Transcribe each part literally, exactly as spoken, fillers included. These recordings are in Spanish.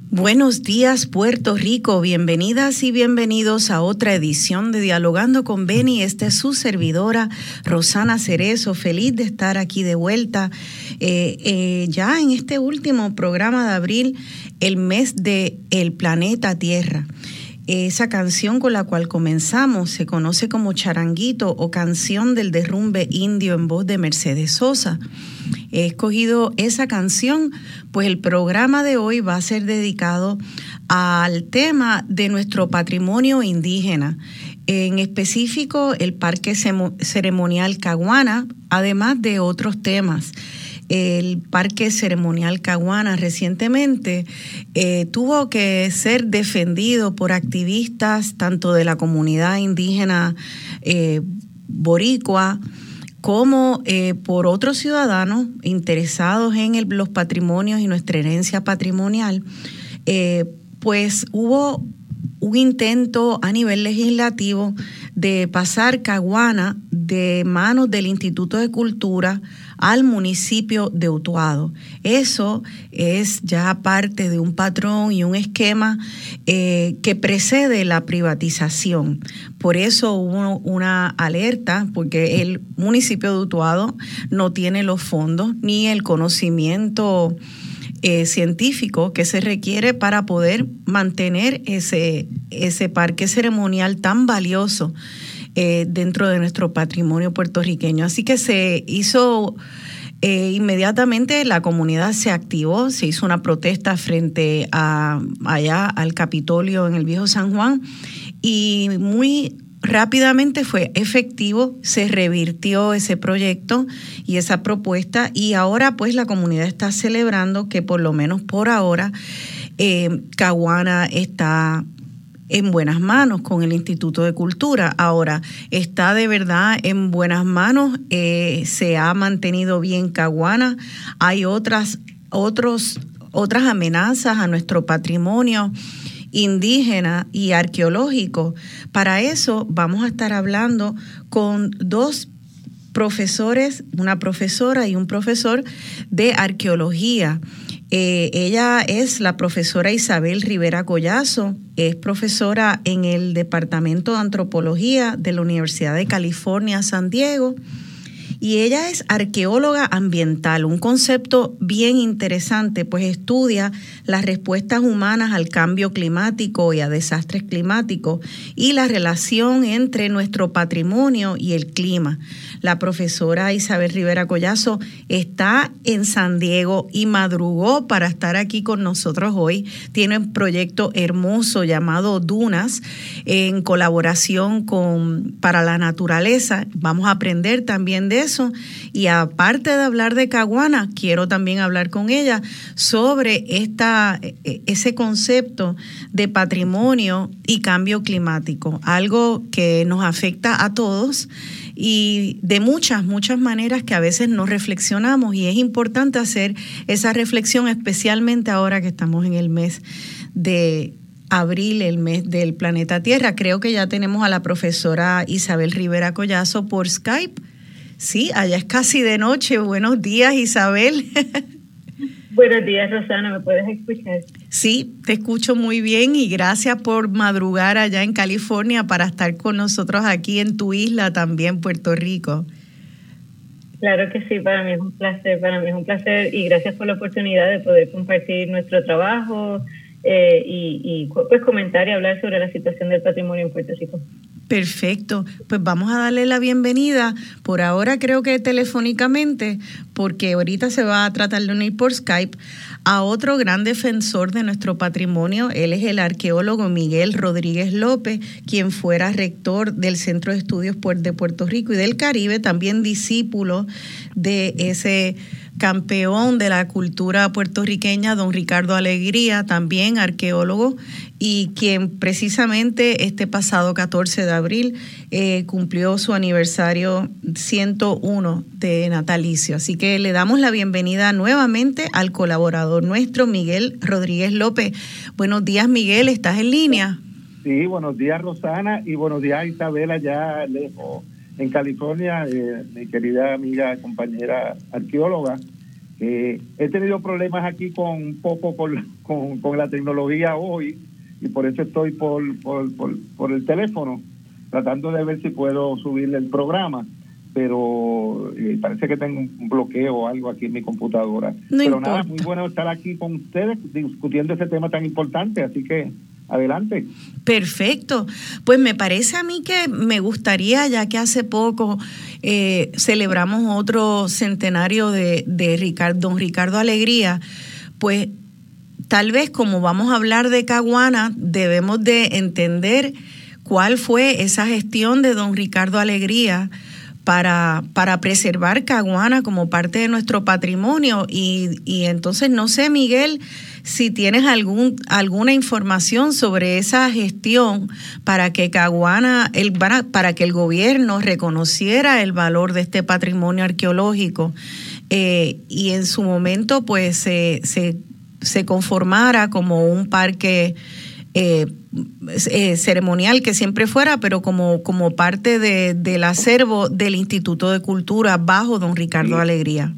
Buenos días, Puerto Rico. Bienvenidas y bienvenidos a otra edición de Dialogando con Beni. Esta es su servidora, Rosana Cerezo. Feliz de estar aquí de vuelta. Eh, eh, ya en este último programa de abril, el mes de El Planeta Tierra. Esa canción con la cual comenzamos se conoce como Charanguito o Canción del Derrumbe Indio en voz de Mercedes Sosa. He escogido esa canción, pues el programa de hoy va a ser dedicado al tema de nuestro patrimonio indígena, en específico el Parque Ceremonial Caguana, además de otros temas. El Parque Ceremonial Caguana recientemente eh, tuvo que ser defendido por activistas tanto de la comunidad indígena eh, boricua como eh, por otros ciudadanos interesados en el, los patrimonios y nuestra herencia patrimonial. Eh, pues hubo un intento a nivel legislativo de pasar Caguana de manos del Instituto de Cultura al municipio de Utuado. Eso es ya parte de un patrón y un esquema eh, que precede la privatización. Por eso hubo una alerta, porque el municipio de Utuado no tiene los fondos ni el conocimiento eh, científico que se requiere para poder mantener ese, ese parque ceremonial tan valioso Eh, dentro de nuestro patrimonio puertorriqueño. Así que se hizo eh, inmediatamente, la comunidad se activó, se hizo una protesta frente a allá al Capitolio en el Viejo San Juan y muy rápidamente fue efectivo, se revirtió ese proyecto y esa propuesta y ahora pues la comunidad está celebrando que por lo menos por ahora eh, Caguana está en buenas manos con el Instituto de Cultura. Ahora, está de verdad en buenas manos, eh, se ha mantenido bien Caguana, hay otras, otros, otras amenazas a nuestro patrimonio indígena y arqueológico. Para eso vamos a estar hablando con dos profesores, una profesora y un profesor de arqueología. Eh, ella es la profesora Isabel Rivera Collazo, es profesora en el Departamento de Antropología de la Universidad de California, San Diego, y ella es arqueóloga ambiental, un concepto bien interesante, pues estudia las respuestas humanas al cambio climático y a desastres climáticos y la relación entre nuestro patrimonio y el clima. La profesora Isabel Rivera Collazo está en San Diego y madrugó para estar aquí con nosotros hoy. Tiene un proyecto hermoso llamado Dunas en colaboración con Para la Naturaleza. Vamos a aprender también de eso. Y aparte de hablar de Caguana, quiero también hablar con ella sobre esta, ese concepto de patrimonio y cambio climático, algo que nos afecta a todos y de muchas, muchas maneras que a veces no reflexionamos, y es importante hacer esa reflexión, especialmente ahora que estamos en el mes de abril, el mes del planeta Tierra. Creo que ya tenemos a la profesora Isabel Rivera Collazo por Skype. Sí, allá es casi de noche. Buenos días, Isabel. Buenos días, Rosana, ¿me puedes escuchar? Sí, te escucho muy bien y gracias por madrugar allá en California para estar con nosotros aquí en tu isla también, Puerto Rico. Claro que sí, para mí es un placer, para mí es un placer y gracias por la oportunidad de poder compartir nuestro trabajo eh, y, y pues comentar y hablar sobre la situación del patrimonio en Puerto Rico. Perfecto, pues vamos a darle la bienvenida, por ahora creo que telefónicamente, porque ahorita se va a tratar de unir por Skype, a otro gran defensor de nuestro patrimonio. Él es el arqueólogo Miguel Rodríguez López, quien fuera rector del Centro de Estudios de Puerto Rico y del Caribe, también discípulo de ese campeón de la cultura puertorriqueña, don Ricardo Alegría, también arqueólogo, y quien precisamente este pasado catorce de abril eh, cumplió su aniversario ciento uno de natalicio. Así que le damos la bienvenida nuevamente al colaborador nuestro, Miguel Rodríguez López. Buenos días, Miguel, ¿estás en línea? Sí, buenos días, Rosana, y buenos días, Isabel, allá lejos en California, eh, mi querida amiga, compañera arqueóloga. Eh, he tenido problemas aquí con un poco con, con, con la tecnología hoy, y por eso estoy por, por, por, por el teléfono, tratando de ver si puedo subirle el programa, pero eh, parece que tengo un bloqueo o algo aquí en mi computadora. No pero importa. Nada, muy bueno estar aquí con ustedes discutiendo ese tema tan importante, así que adelante. Perfecto. Pues me parece a mí que me gustaría, ya que hace poco eh, celebramos otro centenario de, de Ricardo, don Ricardo Alegría, pues tal vez como vamos a hablar de Caguana, debemos de entender cuál fue esa gestión de don Ricardo Alegría para, para preservar Caguana como parte de nuestro patrimonio. Y, y entonces no sé, Miguel, si tienes algún alguna información sobre esa gestión para que Caguana, el, para, para que el gobierno reconociera el valor de este patrimonio arqueológico eh, y en su momento pues se, se, se conformara como un parque Eh, eh, ceremonial que siempre fuera, pero como, como parte de, del acervo del Instituto de Cultura bajo don Ricardo Sí. Alegría.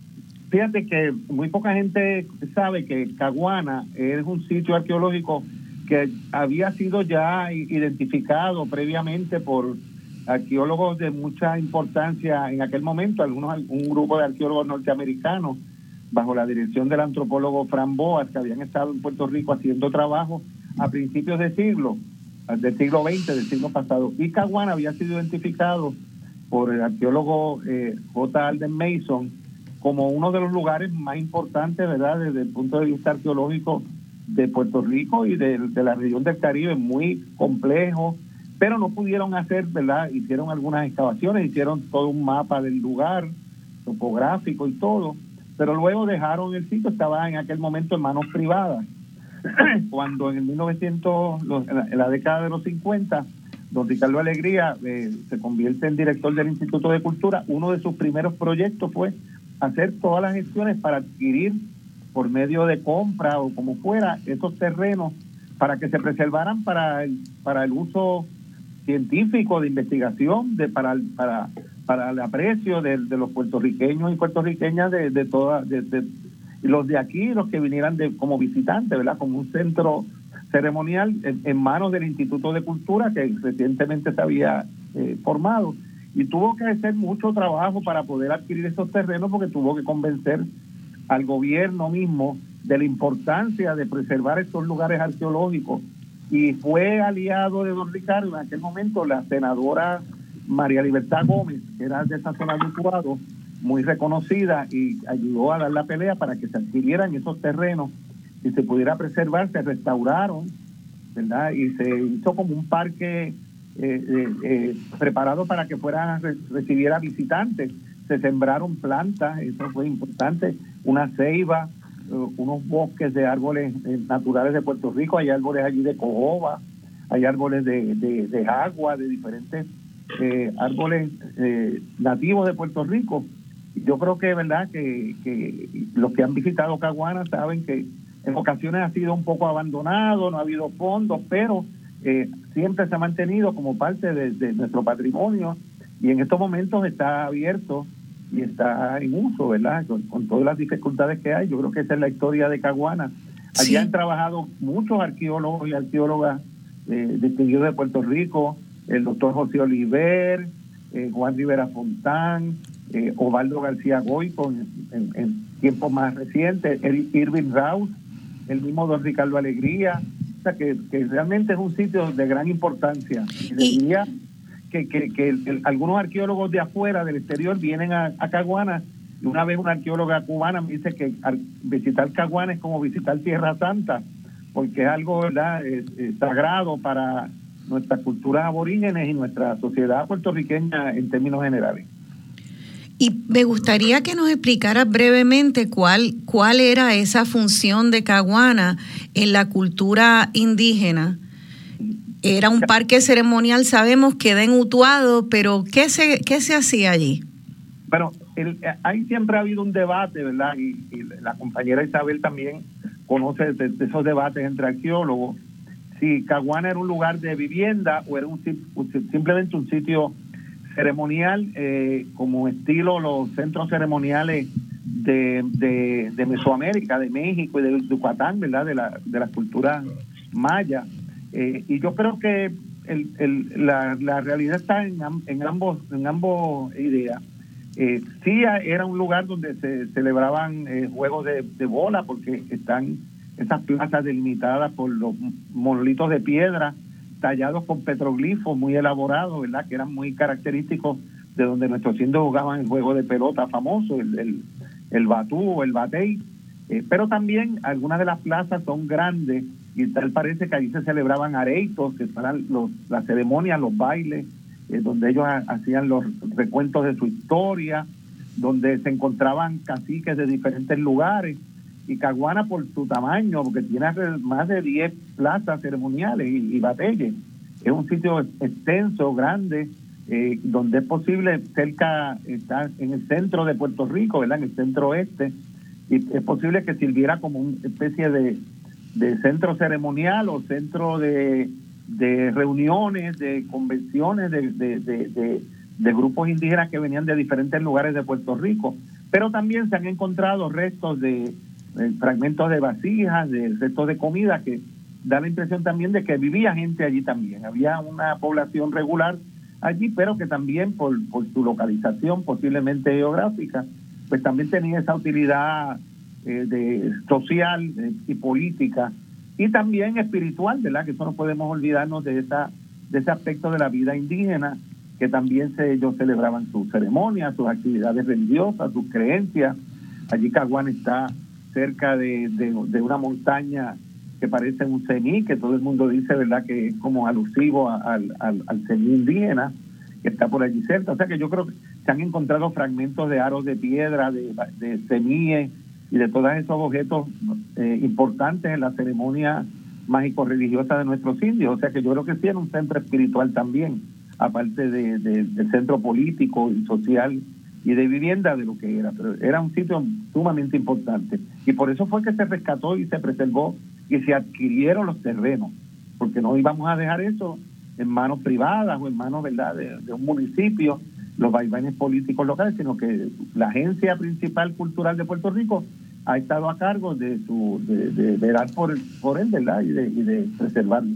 Fíjate que muy poca gente sabe que Caguana es un sitio arqueológico que había sido ya identificado previamente por arqueólogos de mucha importancia en aquel momento, algunos un grupo de arqueólogos norteamericanos bajo la dirección del antropólogo Fran Boas, que habían estado en Puerto Rico haciendo trabajo a principios de siglo, del siglo veinte, del siglo pasado. Y Caguana había sido identificado por el arqueólogo eh, J. Alden Mason como uno de los lugares más importantes, ¿verdad?, desde el punto de vista arqueológico de Puerto Rico y de, de la región del Caribe, muy complejo, pero no pudieron hacer, ¿verdad?, hicieron algunas excavaciones, hicieron todo un mapa del lugar, topográfico y todo, pero luego dejaron el sitio, estaba en aquel momento en manos privadas. Cuando en el mil novecientos, los, en, la, en la década de los cincuenta, don Ricardo Alegría eh, se convierte en director del Instituto de Cultura, uno de sus primeros proyectos fue hacer todas las gestiones para adquirir por medio de compra o como fuera esos terrenos para que se preservaran para el, para el uso científico de investigación, de para para para el aprecio de, de los puertorriqueños y puertorriqueñas de, de toda de, de los de aquí, los que vinieran de como visitantes, ¿verdad?, como un centro ceremonial en, en manos del Instituto de Cultura que recientemente se había eh, formado, y tuvo que hacer mucho trabajo para poder adquirir esos terrenos, porque tuvo que convencer al gobierno mismo de la importancia de preservar estos lugares arqueológicos, y fue aliado de don Ricardo en aquel momento la senadora María Libertad Gómez, que era de esa zona de Utuado, muy reconocida, y ayudó a dar la pelea para que se adquirieran esos terrenos y se pudiera preservar. Se restauraron, ¿verdad?, y se hizo como un parque eh, eh, eh, preparado para que fuera re, recibiera visitantes. Se sembraron plantas, eso fue importante, una ceiba, uh, unos bosques de árboles eh, naturales de Puerto Rico. Hay árboles allí de cojoba, hay árboles de, de, de agua, de diferentes eh, árboles eh, nativos de Puerto Rico. Yo creo que es verdad que, que los que han visitado Caguana saben que en ocasiones ha sido un poco abandonado, no ha habido fondos, pero eh, siempre se ha mantenido como parte de, de nuestro patrimonio, y en estos momentos está abierto y está en uso, ¿verdad?, con, con todas las dificultades que hay. Yo creo que esa es la historia de Caguana. Allí sí han trabajado muchos arqueólogos y arqueólogas eh, distinguidos de Puerto Rico, el doctor José Oliver, eh, Juan Rivera Fontán, eh, Osvaldo García Goico en, en, en tiempos más recientes, Irving Raus, el mismo don Ricardo Alegría. O sea, que, que realmente es un sitio de gran importancia. Y diría que, que, que el, el, algunos arqueólogos de afuera, del exterior, vienen a, a Caguana, y una vez una arqueóloga cubana me dice que al visitar Caguana es como visitar Tierra Santa, porque es algo, ¿verdad?, es, es sagrado para nuestras culturas aborígenes y nuestra sociedad puertorriqueña en términos generales. Y me gustaría que nos explicaras brevemente cuál, cuál era esa función de Caguana en la cultura indígena. Era un parque ceremonial, sabemos, queda en Utuado, pero ¿qué se, qué se hacía allí? Bueno, el, ahí siempre ha habido un debate, ¿verdad? Y, y la compañera Isabel también conoce de, de esos debates entre arqueólogos, si Caguana era un lugar de vivienda o era un, simplemente un sitio ceremonial, eh, como estilo los centros ceremoniales de, de, de Mesoamérica, de México y de Yucatán, ¿verdad? De la, de la cultura maya. Eh, y yo creo que el, el, la, la realidad está en, en ambos en ambos ideas. Eh, sí era un lugar donde se celebraban eh, juegos de, de bola, porque están esas plazas delimitadas por los monolitos de piedra tallados con petroglifos muy elaborados, ¿verdad? Que eran muy característicos de donde nuestros indios jugaban el juego de pelota famoso, el, el, el batú o el batey. Eh, pero también algunas de las plazas son grandes y tal parece que ahí se celebraban areitos, que eran los, las ceremonias, los bailes, eh, donde ellos ha, hacían los recuentos de su historia, donde se encontraban caciques de diferentes lugares. Y Caguana, por su tamaño, porque tiene más de diez plazas ceremoniales y, y batalles, es un sitio extenso, grande, eh, donde es posible, cerca, está en el centro de Puerto Rico, ¿verdad? En el centro oeste, y es posible que sirviera como una especie de, de centro ceremonial o centro de, de reuniones, de convenciones de, de, de, de, de grupos indígenas que venían de diferentes lugares de Puerto Rico. Pero también se han encontrado restos de eh, fragmentos de vasijas, de restos de comida, que da la impresión también de que vivía gente allí también. Había una población regular allí, pero que también por, por su localización posiblemente geográfica, pues también tenía esa utilidad eh, de social eh, y política y también espiritual, ¿verdad? Que eso no podemos olvidarnos de esa de ese aspecto de la vida indígena, que también se, ellos celebraban sus ceremonias, sus actividades religiosas, sus creencias. Allí Caguana está cerca de, de, de una montaña que parece un cení, que todo el mundo dice, ¿verdad?, que es como alusivo al, al, al cení indígena, que está por allí cerca. O sea que yo creo que se han encontrado fragmentos de aros de piedra, de, de semíes y de todos esos objetos eh, importantes en la ceremonia mágico-religiosa de nuestros indios. O sea que yo creo que sí era un centro espiritual también, aparte de, de, del centro político y social y de vivienda de lo que era. Pero era un sitio sumamente importante. Y por eso fue que se rescató y se preservó y se adquirieron los terrenos, porque no íbamos a dejar eso en manos privadas o en manos, ¿verdad?, de, de un municipio, los vaivenes políticos locales, sino que la Agencia Principal Cultural de Puerto Rico ha estado a cargo de su de, de velar por, por él, ¿verdad?, y de, y de preservarlo.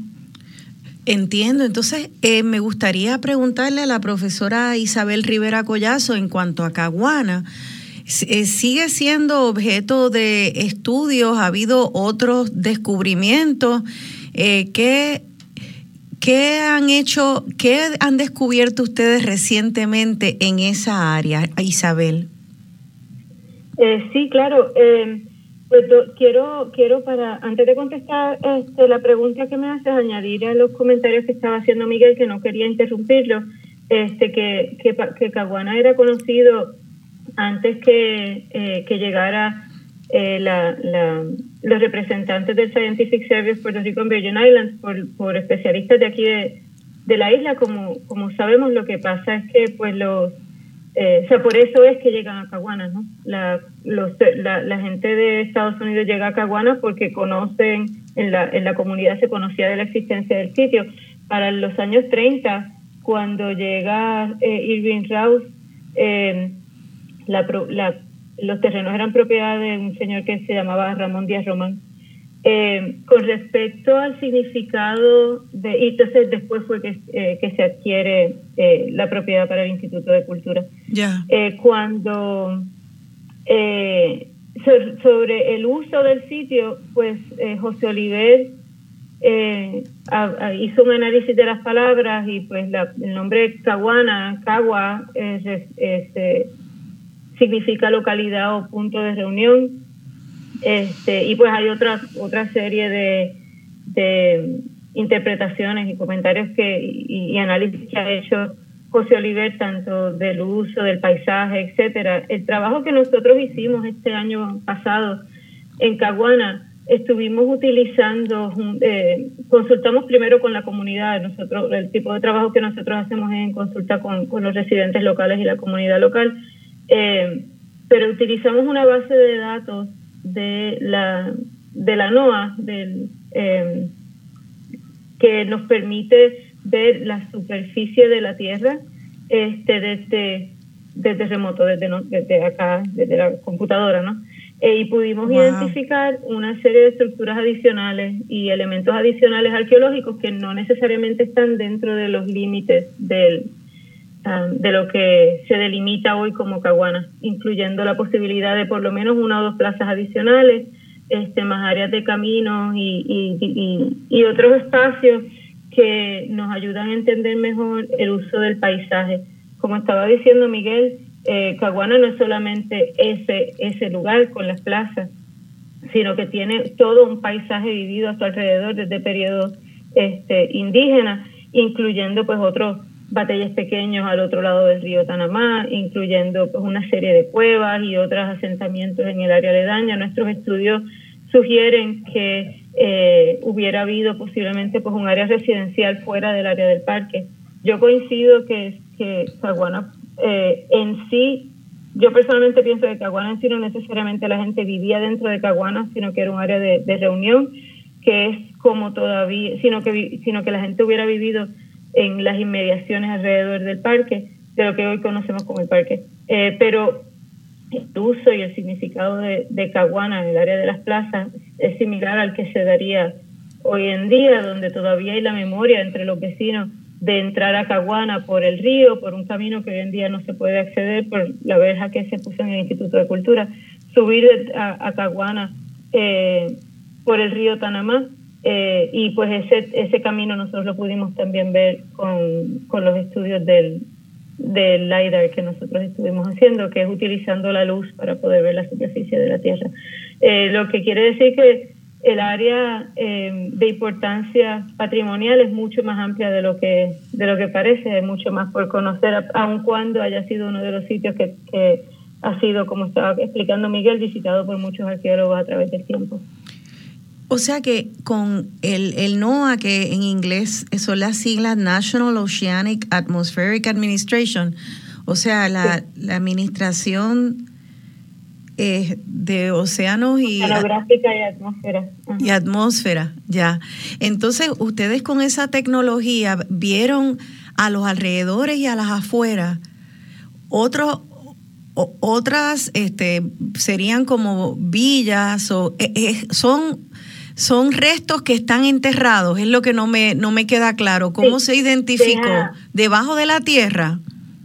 Entiendo. Entonces, eh, me gustaría preguntarle a la profesora Isabel Rivera Collazo en cuanto a Caguana. Eh, ¿Sigue siendo objeto de estudios? ¿Ha habido otros descubrimientos? Eh, ¿qué, ¿Qué han hecho, qué han descubierto ustedes recientemente en esa área, Isabel? Eh, sí, claro. Eh, pues do, quiero, quiero para antes de contestar este, la pregunta que me haces, añadir a los comentarios que estaba haciendo Miguel, que no quería interrumpirlo, este, que, que, que Caguana era conocido antes que, eh, que llegara eh, la, la, los representantes del Scientific Service Puerto Rico en Virgin Islands por, por especialistas de aquí de, de la isla. Como, como sabemos, lo que pasa es que pues los Eh, o sea, por eso es que llegan a Caguana, ¿no? La, los, la, la gente de Estados Unidos llega a Caguana porque conocen, en la, en la comunidad se conocía de la existencia del sitio. Para los años treinta, cuando llega eh, Irving Rouse, eh, la, la, los terrenos eran propiedad de un señor que se llamaba Ramón Díaz Román. Eh, con respecto al significado de, y entonces después fue que, eh, que se adquiere eh, la propiedad para el Instituto de Cultura. Yeah. Eh, cuando eh, so, sobre el uso del sitio, pues eh, José Oliver eh, a, a, hizo un análisis de las palabras y pues la, el nombre Caguana, Cagua, es, es, es, eh, significa localidad o punto de reunión. Este, y pues hay otra otra serie de, de interpretaciones y comentarios que y, y análisis que ha hecho José Oliver, tanto del uso del paisaje, etcétera. El trabajo que nosotros hicimos este año pasado en Caguana, estuvimos utilizando, eh, consultamos primero con la comunidad. Nosotros, el tipo de trabajo que nosotros hacemos es en consulta con, con los residentes locales y la comunidad local, eh, pero utilizamos una base de datos de la de la NOAA del, eh, que nos permite ver la superficie de la Tierra este desde desde remoto, desde, no, desde acá, desde la computadora, ¿no? Eh, y pudimos wow. identificar una serie de estructuras adicionales y elementos adicionales arqueológicos que no necesariamente están dentro de los límites del, um, de lo que se delimita hoy como Caguana, incluyendo la posibilidad de por lo menos una o dos plazas adicionales, este, más áreas de caminos y, y, y, y otros espacios que nos ayudan a entender mejor el uso del paisaje. Como estaba diciendo Miguel, eh, Caguana no es solamente ese, ese lugar con las plazas, sino que tiene todo un paisaje vivido a su alrededor desde periodos este, indígenas, incluyendo pues otros batalles pequeños al otro lado del río Tanamá, incluyendo pues una serie de cuevas y otros asentamientos en el área aledaña. Nuestros estudios sugieren que eh, hubiera habido posiblemente pues un área residencial fuera del área del parque. Yo coincido que, que Caguana eh, en sí, yo personalmente pienso que Caguana en sí no necesariamente la gente vivía dentro de Caguana, sino que era un área de, de reunión, que es como todavía, sino que, sino que la gente hubiera vivido en las inmediaciones alrededor del parque, de lo que hoy conocemos como el parque. Eh, pero el uso y el significado de, de Caguana en el área de las plazas es similar al que se daría hoy en día, donde todavía hay la memoria entre los vecinos de entrar a Caguana por el río, por un camino que hoy en día no se puede acceder por la verja que se puso en el Instituto de Cultura, subir a, a Caguana eh, por el río Tanamá, eh, y pues ese ese camino nosotros lo pudimos también ver con, con los estudios del del LiDAR que nosotros estuvimos haciendo, que es utilizando la luz para poder ver la superficie de la Tierra. Eh, lo que quiere decir que el área eh, de importancia patrimonial es mucho más amplia de lo que de lo que parece, hay mucho más por conocer, aun cuando haya sido uno de los sitios que, que ha sido, como estaba explicando Miguel, visitado por muchos arqueólogos a través del tiempo. O sea que con el, el NOAA, que en inglés son las siglas National Oceanic Atmospheric Administration, o sea, la, sí. la administración eh, de océanos y... Oceanográfica y atmósfera. Ajá. Y atmósfera, ya. Entonces, ustedes con esa tecnología vieron a los alrededores y a las afueras otros... O, otras este, serían como villas o eh, eh, son son restos que están enterrados, es lo que no me no me queda claro. ¿Cómo sí, se identificó? Deja, ¿debajo de la tierra?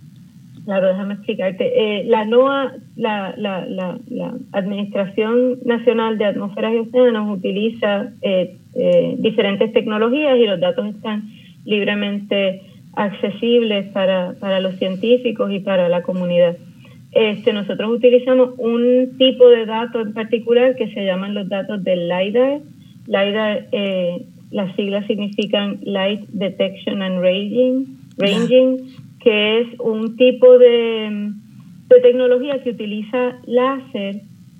Claro, déjame explicarte. Eh, la NOAA, la, la, la, la Administración Nacional de Atmósferas y Océanos utiliza eh, eh, diferentes tecnologías y los datos están libremente accesibles para, para los científicos y para la comunidad. Este, nosotros utilizamos un tipo de datos en particular que se llaman los datos del LiDAR. LiDAR, eh, las siglas significan Light Detection and Ranging, ranging yeah. que es un tipo de, de tecnología que utiliza láser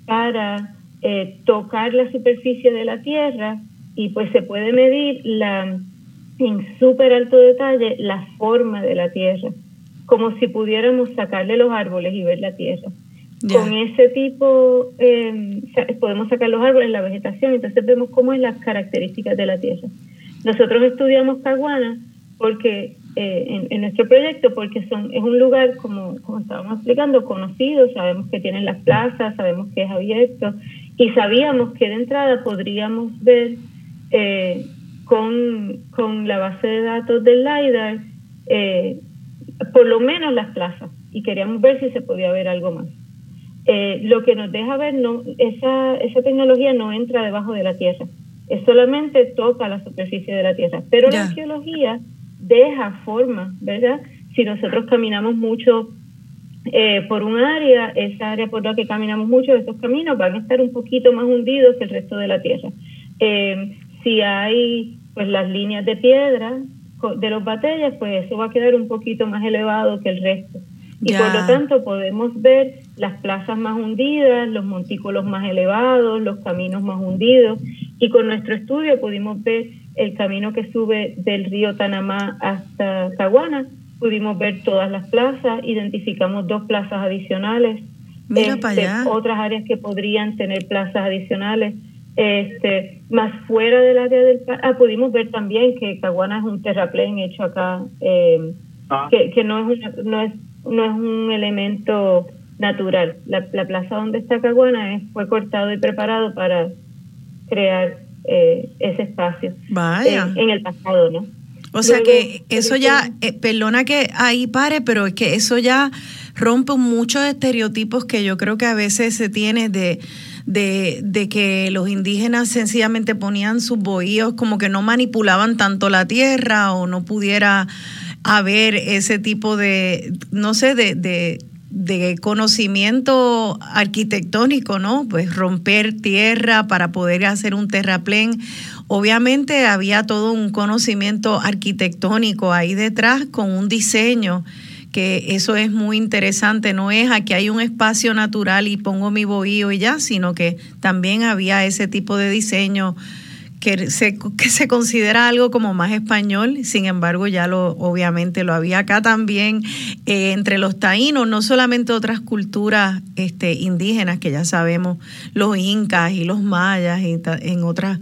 para eh, tocar la superficie de la Tierra y pues se puede medir la, en súper alto detalle la forma de la Tierra, como si pudiéramos sacarle los árboles y ver la Tierra. Yeah. Con ese tipo eh, podemos sacar los árboles, la vegetación, entonces vemos cómo es las características de la Tierra. Nosotros estudiamos Caguana porque eh, en, en nuestro proyecto porque son es un lugar, como, como estábamos explicando, conocido, sabemos que tienen las plazas, sabemos que es abierto y sabíamos que de entrada podríamos ver eh, con, con la base de datos del LiDAR eh, por lo menos las plazas y queríamos ver si se podía ver algo más. Eh, lo que nos deja ver, no, esa, esa tecnología no entra debajo de la Tierra, es solamente toca la superficie de la Tierra, pero yeah. la arqueología deja forma, ¿verdad? Si nosotros caminamos mucho eh, por un área, esa área por la que caminamos mucho, esos caminos van a estar un poquito más hundidos que el resto de la Tierra. Eh, si hay pues las líneas de piedra de los batallas, pues eso va a quedar un poquito más elevado que el resto. Y yeah. por lo tanto podemos ver las plazas más hundidas, los montículos más elevados, los caminos más hundidos. Y con nuestro estudio pudimos ver el camino que sube del río Tanamá hasta Caguana. Pudimos ver todas las plazas, identificamos dos plazas adicionales. Mira este, para allá. Otras áreas que podrían tener plazas adicionales. Este, más fuera del área del ah, pudimos ver también que Caguana es un terraplén hecho acá, eh, ah. que, que no es una, no es no es un elemento natural. La, la plaza donde está Caguana es, fue cortado y preparado para crear eh, ese espacio. Vaya. Eh, en el pasado, ¿no? O sea Luego, que eso ya, eh, perdona que ahí pare, pero es que eso ya rompe muchos estereotipos que yo creo que a veces se tiene de, de, de que los indígenas sencillamente ponían sus bohíos, como que no manipulaban tanto la tierra o no pudiera haber ese tipo de, no sé, de, de, de conocimiento arquitectónico, ¿no? Pues romper tierra para poder hacer un terraplén. Obviamente había todo un conocimiento arquitectónico ahí detrás con un diseño, que eso es muy interesante. No es aquí hay un espacio natural y pongo mi bohío y ya, sino que también había ese tipo de diseño que se, que se considera algo como más español. Sin embargo, ya lo obviamente lo había acá también eh, entre los taínos, no solamente otras culturas este, indígenas que ya sabemos, los incas y los mayas y ta, en otras.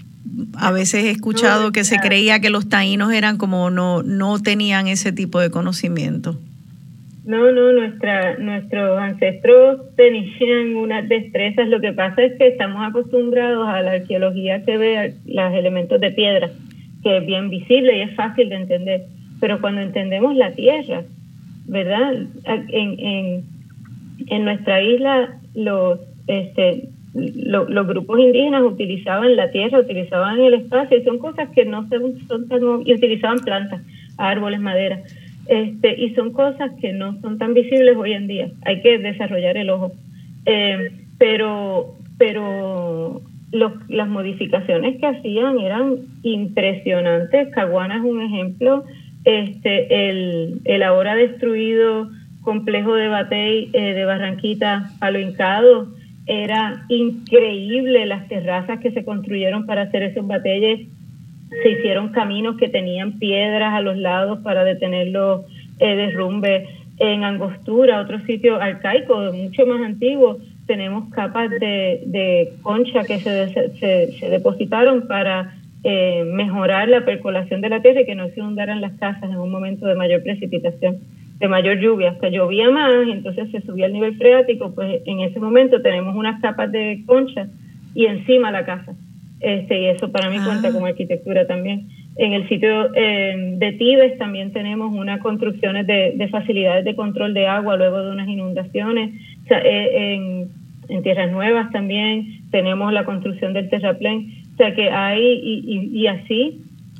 A veces he escuchado que se creía que los taínos eran como no no tenían ese tipo de conocimiento. No, no, nuestra, nuestros ancestros tenían unas destrezas. Lo que pasa es que estamos acostumbrados a la arqueología que ve los elementos de piedra, que es bien visible y es fácil de entender. Pero cuando entendemos la tierra, ¿verdad? En, en, en nuestra isla los este Lo, los grupos indígenas utilizaban la tierra, utilizaban el espacio, y son cosas que no son, son tan, y utilizaban plantas, árboles, madera, este, y son cosas que no son tan visibles hoy en día. Hay que desarrollar el ojo, eh, pero pero los, las modificaciones que hacían eran impresionantes. Caguana es un ejemplo. Este, el, el ahora destruido complejo de Batey eh, de Barranquita, Palo Hincado, era increíble. Las terrazas que se construyeron para hacer esos batalles, se hicieron caminos que tenían piedras a los lados para detener los eh, derrumbes. En Angostura, otro sitio arcaico, mucho más antiguo, tenemos capas de, de concha que se, se, se depositaron para eh, mejorar la percolación de la tierra y que no se inundaran las casas en un momento de mayor precipitación, de mayor lluvia. Que llovía más y entonces se subía el nivel freático, pues en ese momento tenemos unas capas de concha y encima la casa. Este, y eso para mí ah. cuenta como arquitectura también. En el sitio eh, de Tibes también tenemos unas construcciones de, de facilidades de control de agua luego de unas inundaciones. O sea, eh, en, en Tierras Nuevas también tenemos la construcción del terraplén. O sea que hay, y, y, y así,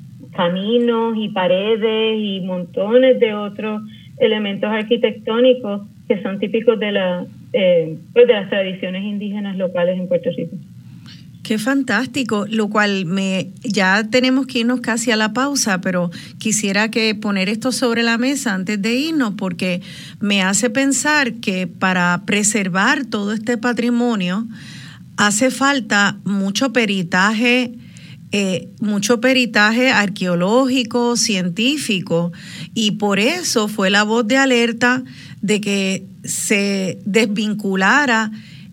caminos y paredes y montones de otros elementos arquitectónicos que son típicos de, la, eh, pues de las tradiciones indígenas locales en Puerto Rico. Qué fantástico, lo cual me ya tenemos que irnos casi a la pausa, pero quisiera que poner esto sobre la mesa antes de irnos, porque me hace pensar que para preservar todo este patrimonio hace falta mucho peritaje, eh, mucho peritaje arqueológico, científico, y por eso fue la voz de alerta de que se desvinculara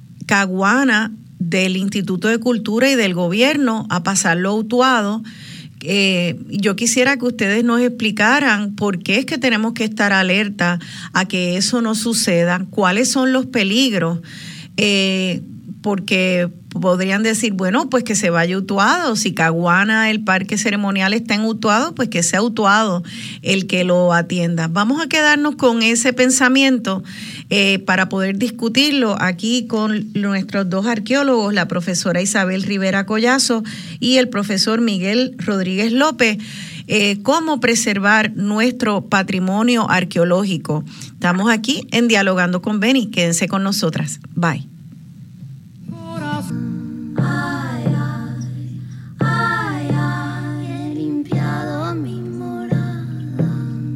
Caguana del Instituto de Cultura y del gobierno a pasarlo a Utuado. Eh, yo quisiera que ustedes nos explicaran por qué es que tenemos que estar alerta a que eso no suceda, cuáles son los peligros, eh, porque podrían decir, bueno, pues que se vaya a Utuado, si Caguana, el parque ceremonial está en Utuado, pues que sea Utuado el que lo atienda. Vamos a quedarnos con ese pensamiento eh, para poder discutirlo aquí con nuestros dos arqueólogos, la profesora Isabel Rivera Collazo y el profesor Miguel Rodríguez López, eh, cómo preservar nuestro patrimonio arqueológico. Estamos aquí en Dialogando con Beni, quédense con nosotras. Bye. Ay, ay, ay, ay, he limpiado mi morada.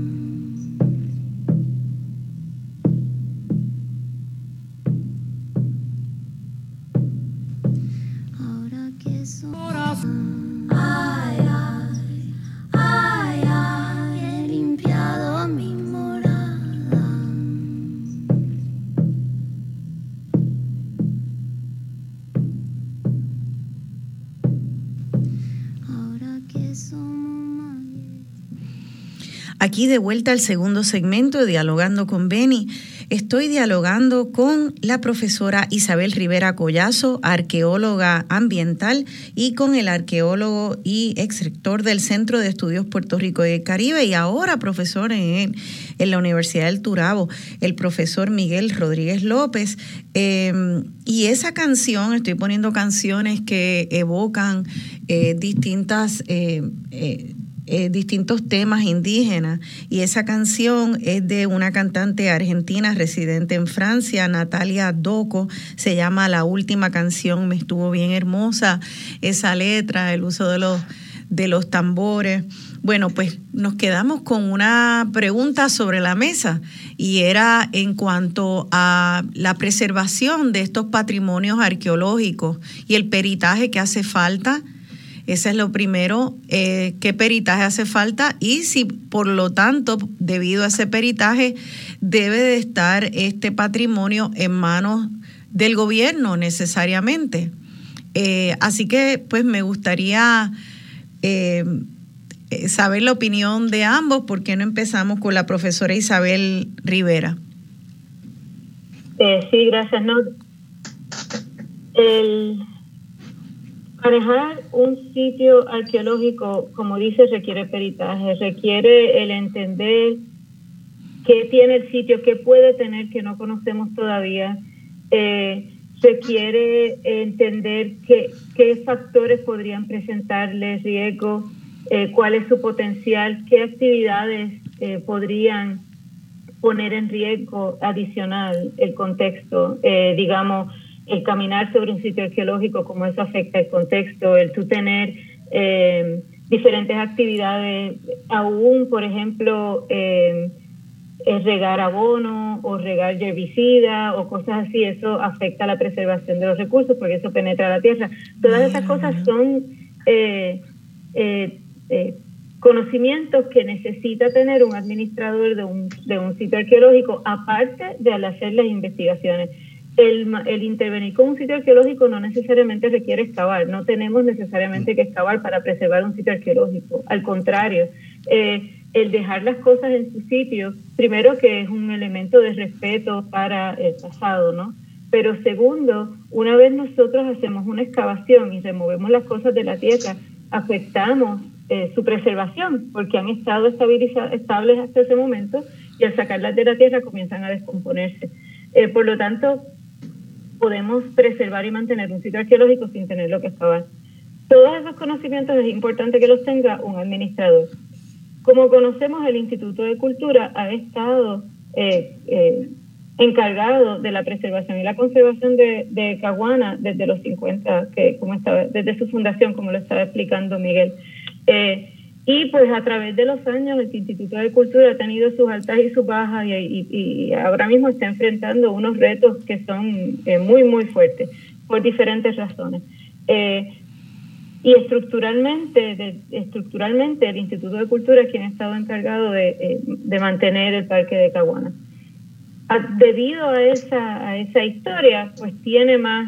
Ahora que son, ay, ay, ay, ay, he limpiado mi morada. Aquí de vuelta al segundo segmento de Dialogando con Beni. Estoy dialogando con la profesora Isabel Rivera Collazo, arqueóloga ambiental, y con el arqueólogo y exrector del Centro de Estudios Puerto Rico y el Caribe, y ahora profesor en, en la Universidad del Turabo, el profesor Miguel Rodríguez López. Eh, y esa canción, estoy poniendo canciones que evocan eh, distintas... Eh, eh, Eh, distintos temas indígenas, y esa canción es de una cantante argentina residente en Francia, Natalia Doco, se llama La Última Canción. Me estuvo bien hermosa esa letra, el uso de los, de los tambores. Bueno, pues nos quedamos con una pregunta sobre la mesa, y era en cuanto a la preservación de estos patrimonios arqueológicos y el peritaje que hace falta. Ese es lo primero, eh, qué peritaje hace falta, y si por lo tanto, debido a ese peritaje, debe de estar este patrimonio en manos del gobierno necesariamente. Eh, así que pues me gustaría eh, saber la opinión de ambos. ¿Por qué no empezamos con la profesora Isabel Rivera? Eh, sí, gracias. No, el... Manejar un sitio arqueológico, como dice, requiere peritaje, requiere el entender qué tiene el sitio, qué puede tener que no conocemos todavía, eh, requiere entender qué, qué factores podrían presentarle riesgo, eh, cuál es su potencial, qué actividades eh, podrían poner en riesgo adicional el contexto, eh, digamos, el caminar sobre un sitio arqueológico, cómo eso afecta el contexto, el tú tener eh, diferentes actividades, aún, por ejemplo, eh, regar abono o regar herbicida o cosas así, eso afecta la preservación de los recursos porque eso penetra la tierra. Todas esas cosas son eh, eh, eh, conocimientos que necesita tener un administrador de un, de un sitio arqueológico, aparte de al hacer las investigaciones. El, el intervenir con un sitio arqueológico no necesariamente requiere excavar, no tenemos necesariamente que excavar para preservar un sitio arqueológico, al contrario, eh, el dejar las cosas en su sitio, primero que es un elemento de respeto para el pasado, ¿no? Pero segundo, una vez nosotros hacemos una excavación y removemos las cosas de la tierra, afectamos eh, su preservación, porque han estado estables hasta ese momento, y al sacarlas de la tierra comienzan a descomponerse. Eh, por lo tanto, podemos preservar y mantener un sitio arqueológico sin tenerlo que excavar. Todos esos conocimientos es importante que los tenga un administrador. Como conocemos, el Instituto de Cultura ha estado eh, eh, encargado de la preservación y la conservación de, de Caguana desde los cincuenta, que como estaba, desde su fundación, como lo estaba explicando Miguel. Eh, Y pues a través de los años el Instituto de Cultura ha tenido sus altas y sus bajas, y, y, y ahora mismo está enfrentando unos retos que son eh, muy, muy fuertes por diferentes razones. Eh, y estructuralmente, de, estructuralmente el Instituto de Cultura es quien ha estado encargado de, eh, de mantener el Parque de Caguana. A, debido a esa, a esa historia, pues tiene más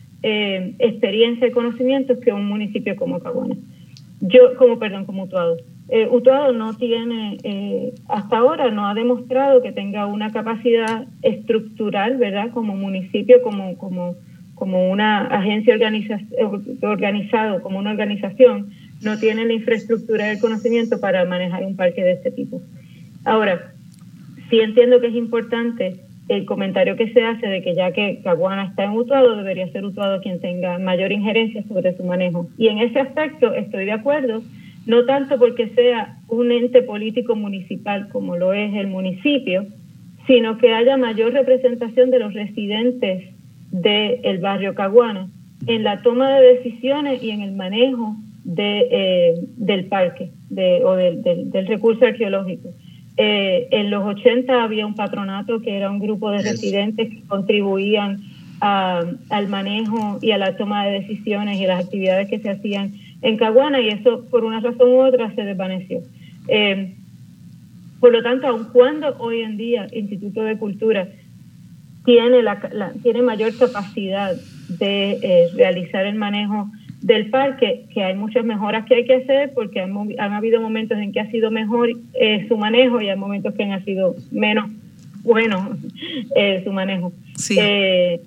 eh, experiencia y conocimientos que un municipio como Caguana. Yo, como, perdón, como Utuado. Eh, Utuado no tiene, eh, hasta ahora no ha demostrado que tenga una capacidad estructural, ¿verdad? Como municipio, como, como, como una agencia organiza, organizado, como una organización, no tiene la infraestructura y el conocimiento para manejar un parque de este tipo. Ahora, sí entiendo que es importante el comentario que se hace de que ya que Caguana está en Utuado, debería ser Utuado quien tenga mayor injerencia sobre su manejo. Y en ese aspecto estoy de acuerdo, no tanto porque sea un ente político municipal como lo es el municipio, sino que haya mayor representación de los residentes del barrio Caguana en la toma de decisiones y en el manejo de, eh, del parque de, o del, del, del recurso arqueológico. Eh, en los ochenta había un patronato que era un grupo de residentes que contribuían a, al manejo y a la toma de decisiones y las actividades que se hacían en Caguana, y eso por una razón u otra se desvaneció. Eh, por lo tanto, aun cuando hoy en día el Instituto de Cultura tiene, la, la, tiene mayor capacidad de eh, realizar el manejo del parque, que hay muchas mejoras que hay que hacer, porque han, han habido momentos en que ha sido mejor eh, su manejo y hay momentos que han sido menos bueno eh, su manejo. Sí. Eh,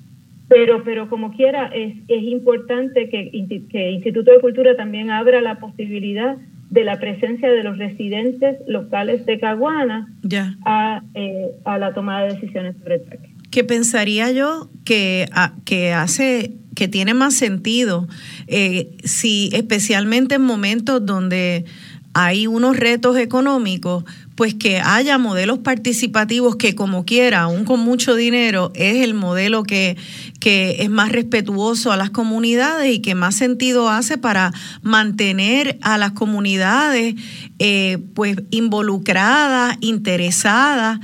pero pero como quiera, es, es importante que, que Instituto de Cultura también abra la posibilidad de la presencia de los residentes locales de Caguana ya. A, eh, a la toma de decisiones sobre el parque. Que pensaría yo que, a, que hace, que tiene más sentido, eh, si especialmente en momentos donde hay unos retos económicos, pues que haya modelos participativos que como quiera, aún con mucho dinero, es el modelo que, que es más respetuoso a las comunidades y que más sentido hace para mantener a las comunidades eh, pues involucradas, interesadas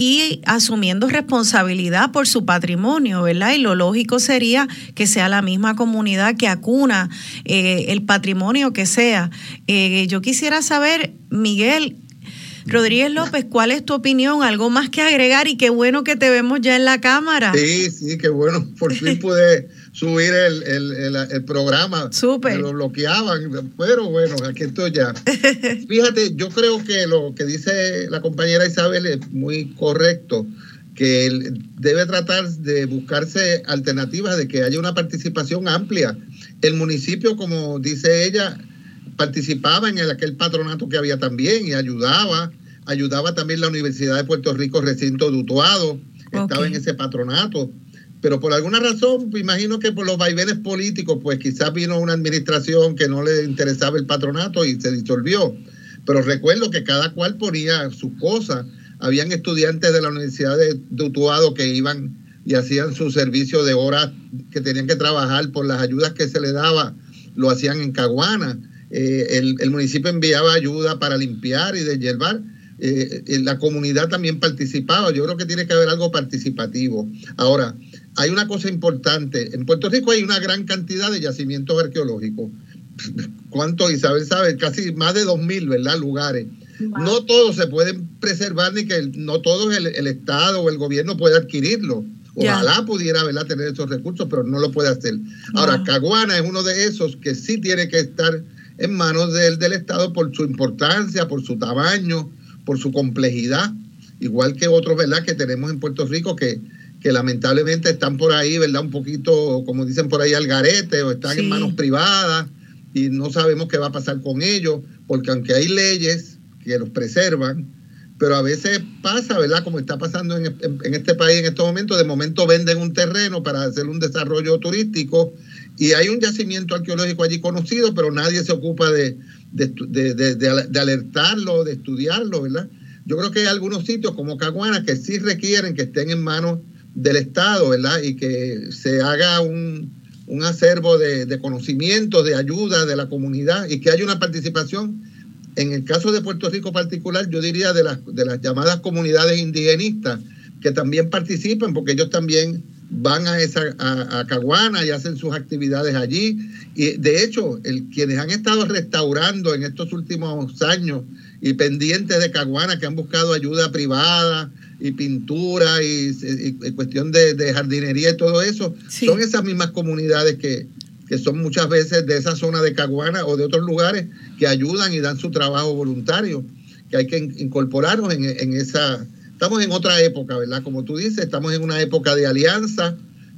y asumiendo responsabilidad por su patrimonio, ¿verdad? Y lo lógico sería que sea la misma comunidad que acuna eh, el patrimonio que sea. Eh, yo quisiera saber, Miguel Rodríguez López, ¿cuál es tu opinión? ¿Algo más que agregar? Y qué bueno que te vemos ya en la cámara. Sí, sí, qué bueno. Por fin pude subir el, el, el, el programa. Súper. Me lo bloqueaban, pero bueno, aquí estoy ya. Fíjate, yo creo que lo que dice la compañera Isabel es muy correcto, que él debe tratar de buscarse alternativas, de que haya una participación amplia. El municipio, como dice ella, participaba en el, aquel patronato que había también y ayudaba, ayudaba también la Universidad de Puerto Rico, recinto de Utuado, okay. Estaba en ese patronato, pero por alguna razón, me imagino que por los vaivenes políticos, pues quizás vino una administración que no le interesaba el patronato y se disolvió, pero recuerdo que cada cual ponía sus cosas, habían estudiantes de la Universidad de, de Utuado que iban y hacían su servicio de horas que tenían que trabajar por las ayudas que se les daba, lo hacían en Caguana. Eh, el, el municipio enviaba ayuda para limpiar y deshiervar. Eh, eh, la comunidad también participaba. Yo creo que tiene que haber algo participativo. Ahora, hay una cosa importante. En Puerto Rico hay una gran cantidad de yacimientos arqueológicos. ¿Cuántos, Isabel sabe? Casi más de dos mil, ¿verdad? Lugares. Wow. No todos se pueden preservar, ni que el, no todos el, el Estado o el gobierno puede adquirirlo. Ojalá yeah. pudiera, ¿verdad?, tener esos recursos, pero no lo puede hacer. Ahora, wow. Caguana es uno de esos que sí tiene que estar en manos del, del Estado por su importancia, por su tamaño, por su complejidad, igual que otros, ¿verdad?, que tenemos en Puerto Rico que, que lamentablemente están por ahí, ¿verdad?, un poquito, como dicen por ahí, al garete, o están sí. en manos privadas y no sabemos qué va a pasar con ellos, porque aunque hay leyes que los preservan, pero a veces pasa, ¿verdad?, como está pasando en, en, en este país en estos momentos, de momento venden un terreno para hacer un desarrollo turístico y hay un yacimiento arqueológico allí conocido, pero nadie se ocupa de, de, de, de, de, de alertarlo, de estudiarlo, ¿verdad? Yo creo que hay algunos sitios como Caguana que sí requieren que estén en manos del Estado, ¿verdad? Y que se haga un, un acervo de, de conocimientos, de ayuda de la comunidad y que haya una participación. En el caso de Puerto Rico particular, yo diría de las, de las llamadas comunidades indigenistas, que también participan, porque ellos también van a esa a, a Caguana y hacen sus actividades allí. Y de hecho, el, quienes han estado restaurando en estos últimos años y pendientes de Caguana, que han buscado ayuda privada y pintura y, y, y cuestión de, de jardinería y todo eso, sí. son esas mismas comunidades que, que son muchas veces de esa zona de Caguana o de otros lugares que ayudan y dan su trabajo voluntario, que hay que incorporarnos en, en esa... Estamos en otra época, ¿verdad? Como tú dices, estamos en una época de alianza,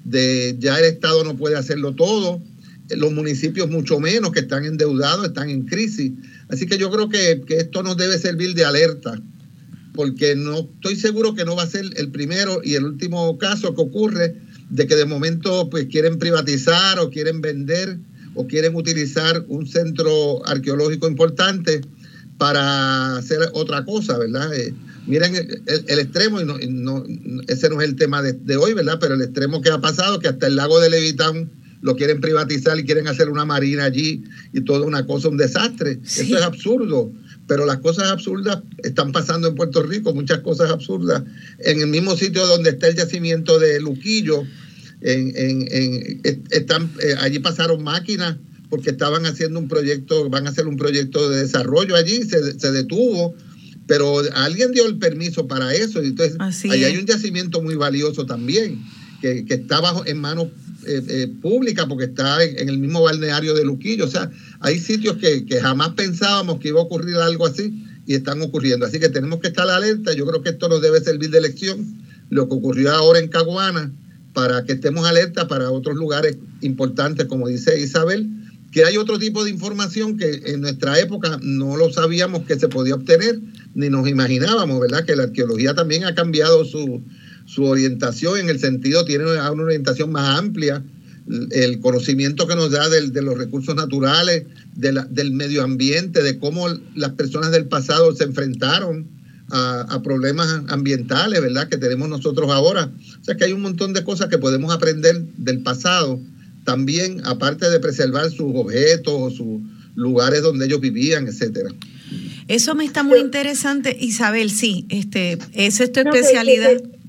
de ya el Estado no puede hacerlo todo, los municipios mucho menos, que están endeudados, están en crisis. Así que yo creo que, que esto nos debe servir de alerta, porque no estoy seguro que no va a ser el primero y el último caso que ocurre de que de momento pues quieren privatizar o quieren vender o quieren utilizar un centro arqueológico importante para hacer otra cosa, ¿verdad? Eh, miren el, el, el extremo, y no, y no, ese no es el tema de, de hoy, ¿verdad? Pero el extremo que ha pasado, que hasta el lago de Levittown lo quieren privatizar y quieren hacer una marina allí y toda una cosa, un desastre. Sí. Eso es absurdo, pero las cosas absurdas están pasando en Puerto Rico, muchas cosas absurdas. En el mismo sitio donde está el yacimiento de Luquillo, en, en, en, están, eh, allí pasaron máquinas porque estaban haciendo un proyecto, van a hacer un proyecto de desarrollo allí, se, se detuvo, pero alguien dio el permiso para eso, y entonces ahí hay un yacimiento muy valioso también, que, que está bajo, en manos eh, eh, pública porque está en, en el mismo balneario de Luquillo. O sea, hay sitios que, que jamás pensábamos que iba a ocurrir algo así y están ocurriendo. Así que tenemos que estar alerta. Yo creo que esto nos debe servir de lección, lo que ocurrió ahora en Caguana, para que estemos alerta para otros lugares importantes, como dice Isabel, que hay otro tipo de información que en nuestra época no lo sabíamos que se podía obtener, ni nos imaginábamos, ¿verdad? Que la arqueología también ha cambiado su, su orientación, en el sentido, tiene una orientación más amplia, el conocimiento que nos da del, de los recursos naturales, de la, del medio ambiente, de cómo las personas del pasado se enfrentaron a, a problemas ambientales, ¿verdad? Que tenemos nosotros ahora. O sea que hay un montón de cosas que podemos aprender del pasado, también, aparte de preservar sus objetos o sus lugares donde ellos vivían, etcétera. Eso me está muy interesante, Isabel, sí, este, esa es tu especialidad. No, que, que,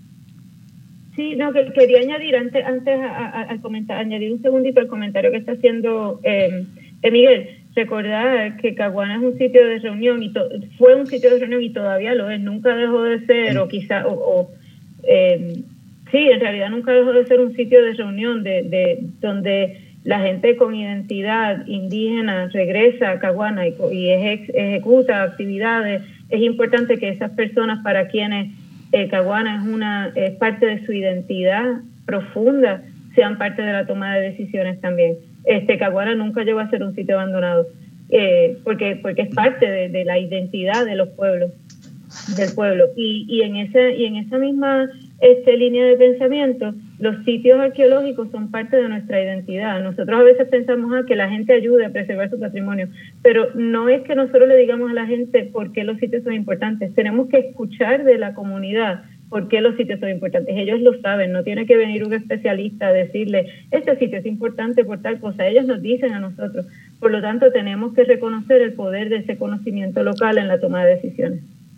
sí, no, que quería añadir antes, antes al comentario, añadir un segundito al comentario que está haciendo eh, eh, Miguel. Recordar que Caguana es un sitio de reunión y to, fue un sitio de reunión y todavía lo es, nunca dejó de ser, o quizá, o, o eh, sí, en realidad nunca dejó de ser un sitio de reunión de, de donde la gente con identidad indígena regresa a Caguana y, y eje, ejecuta actividades. Es importante que esas personas para quienes eh, Caguana es una es parte de su identidad profunda sean parte de la toma de decisiones también. Este Caguana nunca llegó a ser un sitio abandonado eh, porque porque es parte de, de la identidad de los pueblos del pueblo y y en ese y en esa misma este línea de pensamiento, los sitios arqueológicos son parte de nuestra identidad. Nosotros a veces pensamos ah, que la gente ayude a preservar su patrimonio, pero no es que nosotros le digamos a la gente por qué los sitios son importantes. Tenemos que escuchar de la comunidad por qué los sitios son importantes. Ellos lo saben, no tiene que venir un especialista a decirle, este sitio es importante por tal cosa. Ellos nos dicen a nosotros. Por lo tanto, tenemos que reconocer el poder de ese conocimiento local en la toma de decisiones.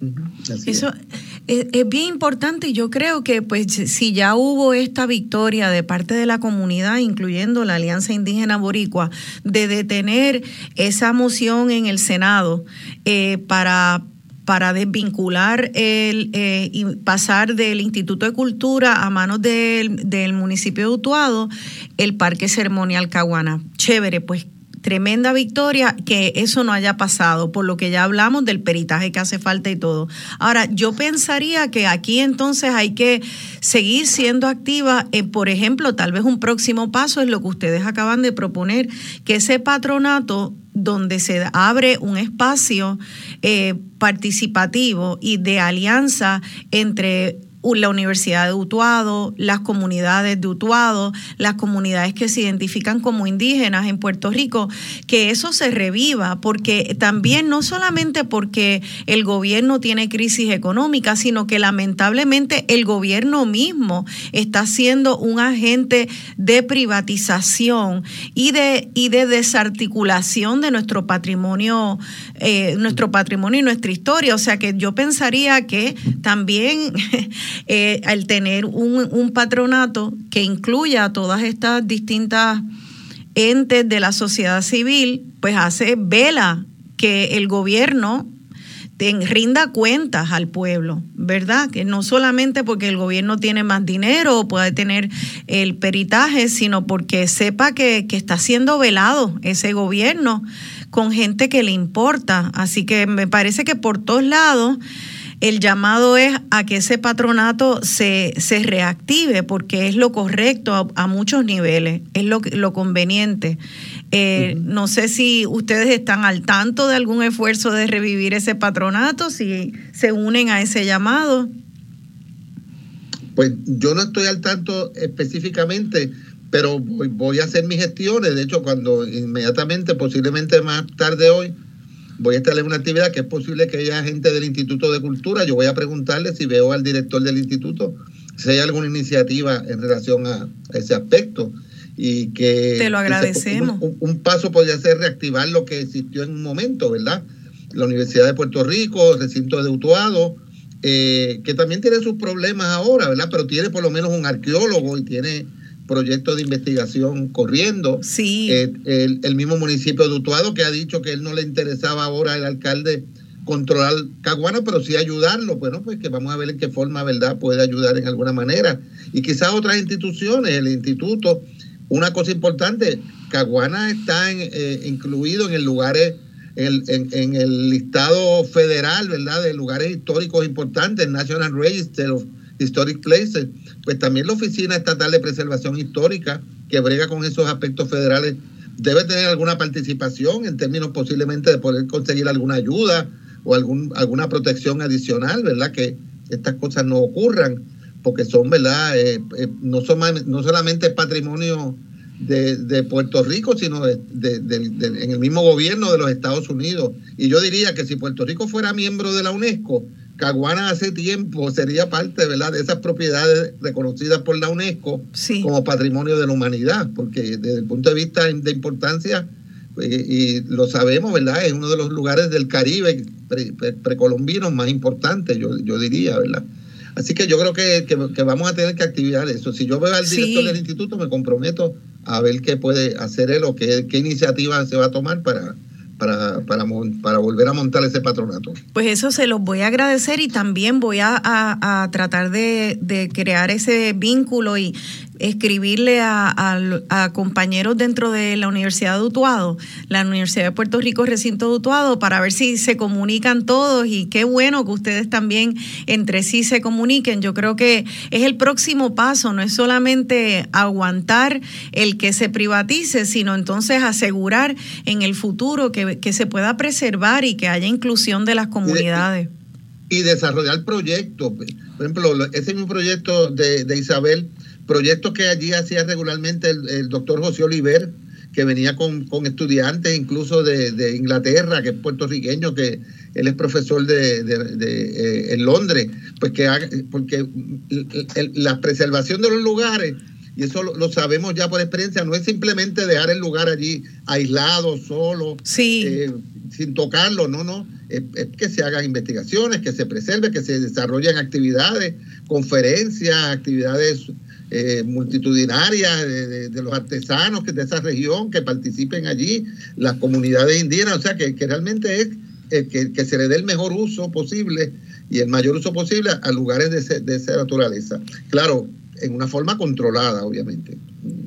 Eso es, es bien importante y yo creo que pues si ya hubo esta victoria de parte de la comunidad, incluyendo la Alianza Indígena Boricua, de detener esa moción en el Senado eh, para para desvincular el eh, y pasar del Instituto de Cultura a manos del, del municipio de Utuado el Parque Ceremonial Caguana. Chévere, pues tremenda victoria que eso no haya pasado, por lo que ya hablamos del peritaje que hace falta y todo. Ahora, yo pensaría que aquí entonces hay que seguir siendo activa. Eh, por ejemplo, tal vez un próximo paso es lo que ustedes acaban de proponer, que ese patronato donde se abre un espacio eh, participativo y de alianza entre la Universidad de Utuado, las comunidades de Utuado, las comunidades que se identifican como indígenas en Puerto Rico, que eso se reviva, porque también no solamente porque el gobierno tiene crisis económica, sino que lamentablemente el gobierno mismo está siendo un agente de privatización y de, y de desarticulación de nuestro patrimonio, eh, nuestro patrimonio y nuestra historia. O sea que yo pensaría que también Eh, al tener un, un patronato que incluya a todas estas distintas entes de la sociedad civil, pues hace vela que el gobierno ten, rinda cuentas al pueblo, ¿verdad? Que no solamente porque el gobierno tiene más dinero o puede tener el peritaje, sino porque sepa que, que está siendo velado ese gobierno con gente que le importa. Así que me parece que por todos lados el llamado es a que ese patronato se, se reactive, porque es lo correcto a, a muchos niveles, es lo, lo conveniente. Eh, uh-huh. No sé si ustedes están al tanto de algún esfuerzo de revivir ese patronato, si se unen a ese llamado. Pues yo no estoy al tanto específicamente, pero voy, voy a hacer mis gestiones. De hecho, cuando inmediatamente, posiblemente más tarde hoy, voy a estar en una actividad que es posible que haya gente del Instituto de Cultura. Yo voy a preguntarle si veo al director del instituto si hay alguna iniciativa en relación a ese aspecto. Y que te lo agradecemos. Un, un paso podría ser reactivar lo que existió en un momento, ¿verdad? La Universidad de Puerto Rico, el recinto de Utuado, eh, que también tiene sus problemas ahora, ¿verdad? Pero tiene por lo menos un arqueólogo y tiene proyectos de investigación corriendo. Sí. Eh, el, el mismo municipio de Utuado, que ha dicho que él no le interesaba ahora el alcalde controlar Caguana, pero sí ayudarlo. Bueno, pues que vamos a ver en qué forma, ¿verdad?, puede ayudar en alguna manera. Y quizás otras instituciones, el instituto, una cosa importante, Caguana está en, eh, incluido en el lugares, en, en, en el listado federal, ¿verdad?, de lugares históricos importantes, National Register of Historic Places. Pues también la Oficina Estatal de Preservación Histórica, que brega con esos aspectos federales, debe tener alguna participación en términos posiblemente de poder conseguir alguna ayuda o algún, alguna protección adicional, ¿verdad?, que estas cosas no ocurran, porque son, ¿verdad?, eh, eh, no, son, no solamente patrimonio de, de Puerto Rico, sino de, de, de, de, en el mismo gobierno de los Estados Unidos. Y yo diría que si Puerto Rico fuera miembro de la UNESCO, Caguana hace tiempo sería parte, ¿verdad?, de esas propiedades reconocidas por la UNESCO, sí, como patrimonio de la humanidad, porque desde el punto de vista de importancia, eh, y lo sabemos, ¿verdad?, es uno de los lugares del Caribe pre, pre, precolombinos más importantes, yo, yo diría, ¿verdad? Así que yo creo que, que, que vamos a tener que activar eso. Si yo veo al director sí. del instituto, me comprometo a ver qué puede hacer él o qué, qué iniciativa se va a tomar para... Para, para, para volver a montar ese patronato. Pues eso se los voy a agradecer y también voy a, a, a tratar de, de crear ese vínculo y escribirle a, a, a compañeros dentro de la Universidad de Utuado, la Universidad de Puerto Rico, recinto de Utuado, para ver si se comunican todos, y qué bueno que ustedes también entre sí se comuniquen. Yo creo que es el próximo paso, no es solamente aguantar el que se privatice, sino entonces asegurar en el futuro que, que se pueda preservar y que haya inclusión de las comunidades. Y, y desarrollar proyectos, por ejemplo, ese mismo proyecto de, de Isabel, proyectos que allí hacía regularmente el, el doctor José Oliver, que venía con, con estudiantes incluso de, de Inglaterra, que es puertorriqueño, que él es profesor de, de, de, de eh, en Londres, pues que haga, porque el, el, la preservación de los lugares, y eso lo, lo sabemos ya por experiencia, no es simplemente dejar el lugar allí aislado, solo, sí. eh, sin tocarlo, no, no, es, es que se hagan investigaciones, que se preserve, que se desarrollen actividades, conferencias, actividades Eh, multitudinarias de, de, de los artesanos que de esa región que participen allí, las comunidades indígenas, o sea que, que realmente es eh, que, que se le dé el mejor uso posible y el mayor uso posible a lugares de, ese, de esa naturaleza. Claro, en una forma controlada, obviamente.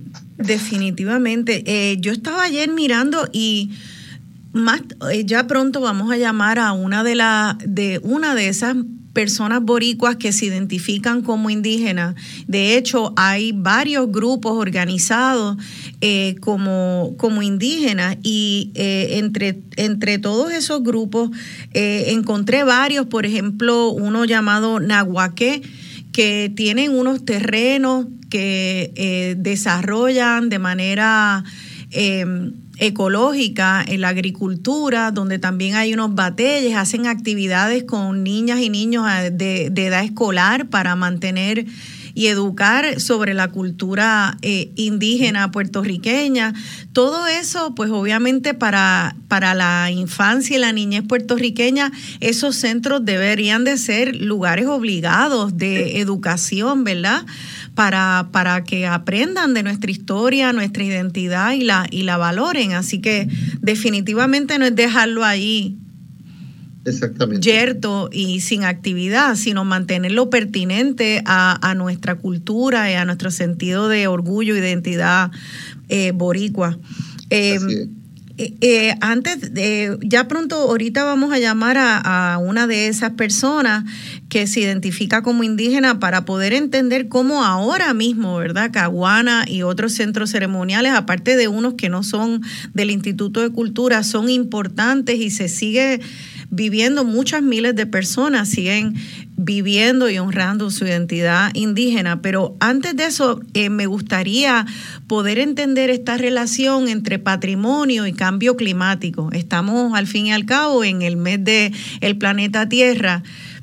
Definitivamente. Eh, yo estaba ayer mirando y más eh, ya pronto vamos a llamar a una de la de una de esas personas boricuas que se identifican como indígenas. De hecho, hay varios grupos organizados eh, como, como indígenas y eh, entre, entre todos esos grupos eh, encontré varios, por ejemplo, uno llamado Nahuaqué, que tienen unos terrenos que eh, desarrollan de manera eh, ecológica en la agricultura, donde también hay unos batalles, hacen actividades con niñas y niños de, de edad escolar para mantener y educar sobre la cultura eh, indígena puertorriqueña. Todo eso, pues obviamente para, para la infancia y la niñez puertorriqueña, esos centros deberían de ser lugares obligados de educación, ¿verdad?, para, para que aprendan de nuestra historia, nuestra identidad y la, y la valoren. Así que definitivamente no es dejarlo ahí exactamente yerto y sin actividad, sino mantenerlo pertinente a, a nuestra cultura y a nuestro sentido de orgullo e identidad eh, boricua. Eh, Eh, eh, antes, eh, ya pronto, ahorita vamos a llamar a, a una de esas personas que se identifica como indígena para poder entender cómo ahora mismo, ¿verdad?, Caguana y otros centros ceremoniales, aparte de unos que no son del Instituto de Cultura, son importantes y se sigue viviendo, muchas miles de personas siguen viviendo y honrando su identidad indígena. Pero antes de eso, eh, me gustaría poder entender esta relación entre patrimonio y cambio climático. Estamos al fin y al cabo en el mes de el planeta Tierra.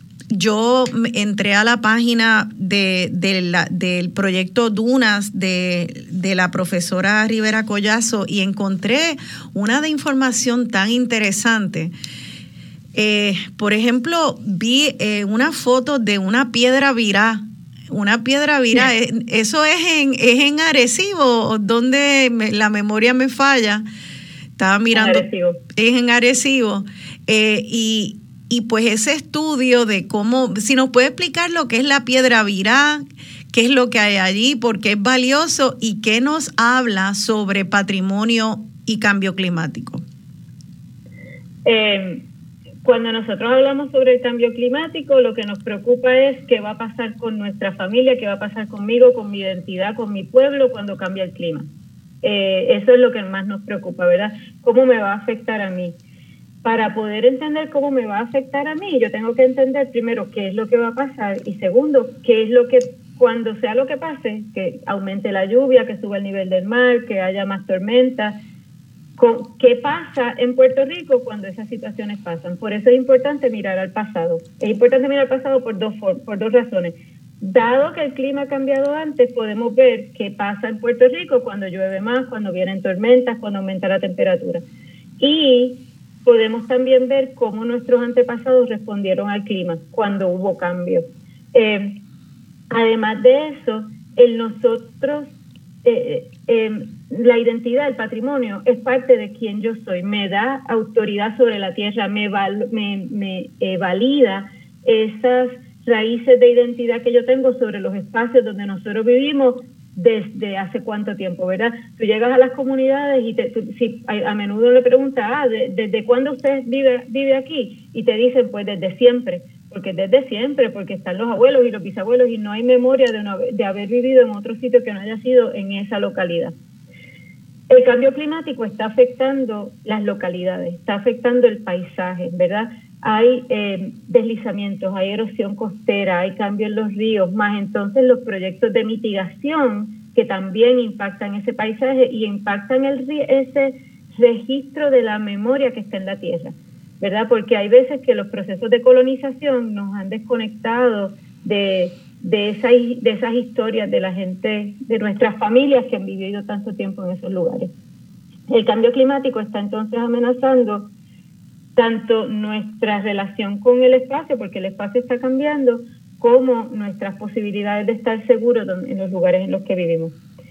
Yo entré a la página de, de la, del proyecto Dunas de, de la profesora Rivera Collazo y encontré una de información tan interesante. Eh, por ejemplo, vi eh, una foto de una piedra virá. Una piedra virá, sí. Eso es en, es en Arecibo, donde me, la memoria me falla. Estaba mirando. Arecibo. Es en Arecibo. Eh, y, y pues ese estudio de cómo, si nos puede explicar lo que es la piedra virá, qué es lo que hay allí, por qué es valioso y qué nos habla sobre patrimonio y cambio climático. Eh, cuando nosotros hablamos sobre el cambio climático, lo que nos preocupa es qué va a pasar con nuestra familia, qué va a pasar conmigo, con mi identidad, con mi pueblo cuando cambia el clima. Eh, eso es lo que más nos preocupa, ¿verdad? ¿Cómo me va a afectar a mí? Para poder entender cómo me va a afectar a mí, yo tengo que entender primero qué es lo que va a pasar y segundo, qué es lo que, cuando sea lo que pase, que aumente la lluvia, que suba el nivel del mar, que haya más tormentas, ¿qué pasa en Puerto Rico cuando esas situaciones pasan? Por eso es importante mirar al pasado. Es importante mirar al pasado por dos, por dos razones. Dado que el clima ha cambiado antes, podemos ver qué pasa en Puerto Rico cuando llueve más, cuando vienen tormentas, cuando aumenta la temperatura. Y podemos también ver cómo nuestros antepasados respondieron al clima cuando hubo cambio. Eh, además de eso, el nosotros... Eh, eh, la identidad, el patrimonio, es parte de quien yo soy, me da autoridad sobre la tierra, me, val, me, me eh, valida esas raíces de identidad que yo tengo sobre los espacios donde nosotros vivimos desde hace cuánto tiempo, ¿verdad? Tú llegas a las comunidades y te, tú, si a, a menudo le preguntas, ah, ¿de, ¿desde cuándo usted vive, vive aquí? Y te dicen, pues desde siempre. Porque desde siempre, porque están los abuelos y los bisabuelos y no hay memoria de, una, de haber vivido en otro sitio que no haya sido en esa localidad. El cambio climático está afectando las localidades, está afectando el paisaje, ¿verdad? Hay eh, deslizamientos, hay erosión costera, hay cambio en los ríos, más entonces los proyectos de mitigación que también impactan ese paisaje y impactan el, ese registro de la memoria que está en la tierra, ¿verdad? Porque hay veces que los procesos de colonización nos han desconectado de, de, esa, de esas historias de la gente, de nuestras familias que han vivido tanto tiempo en esos lugares. El cambio climático está entonces amenazando tanto nuestra relación con el espacio, porque el espacio está cambiando, como nuestras posibilidades de estar seguros en los lugares en los que vivimos.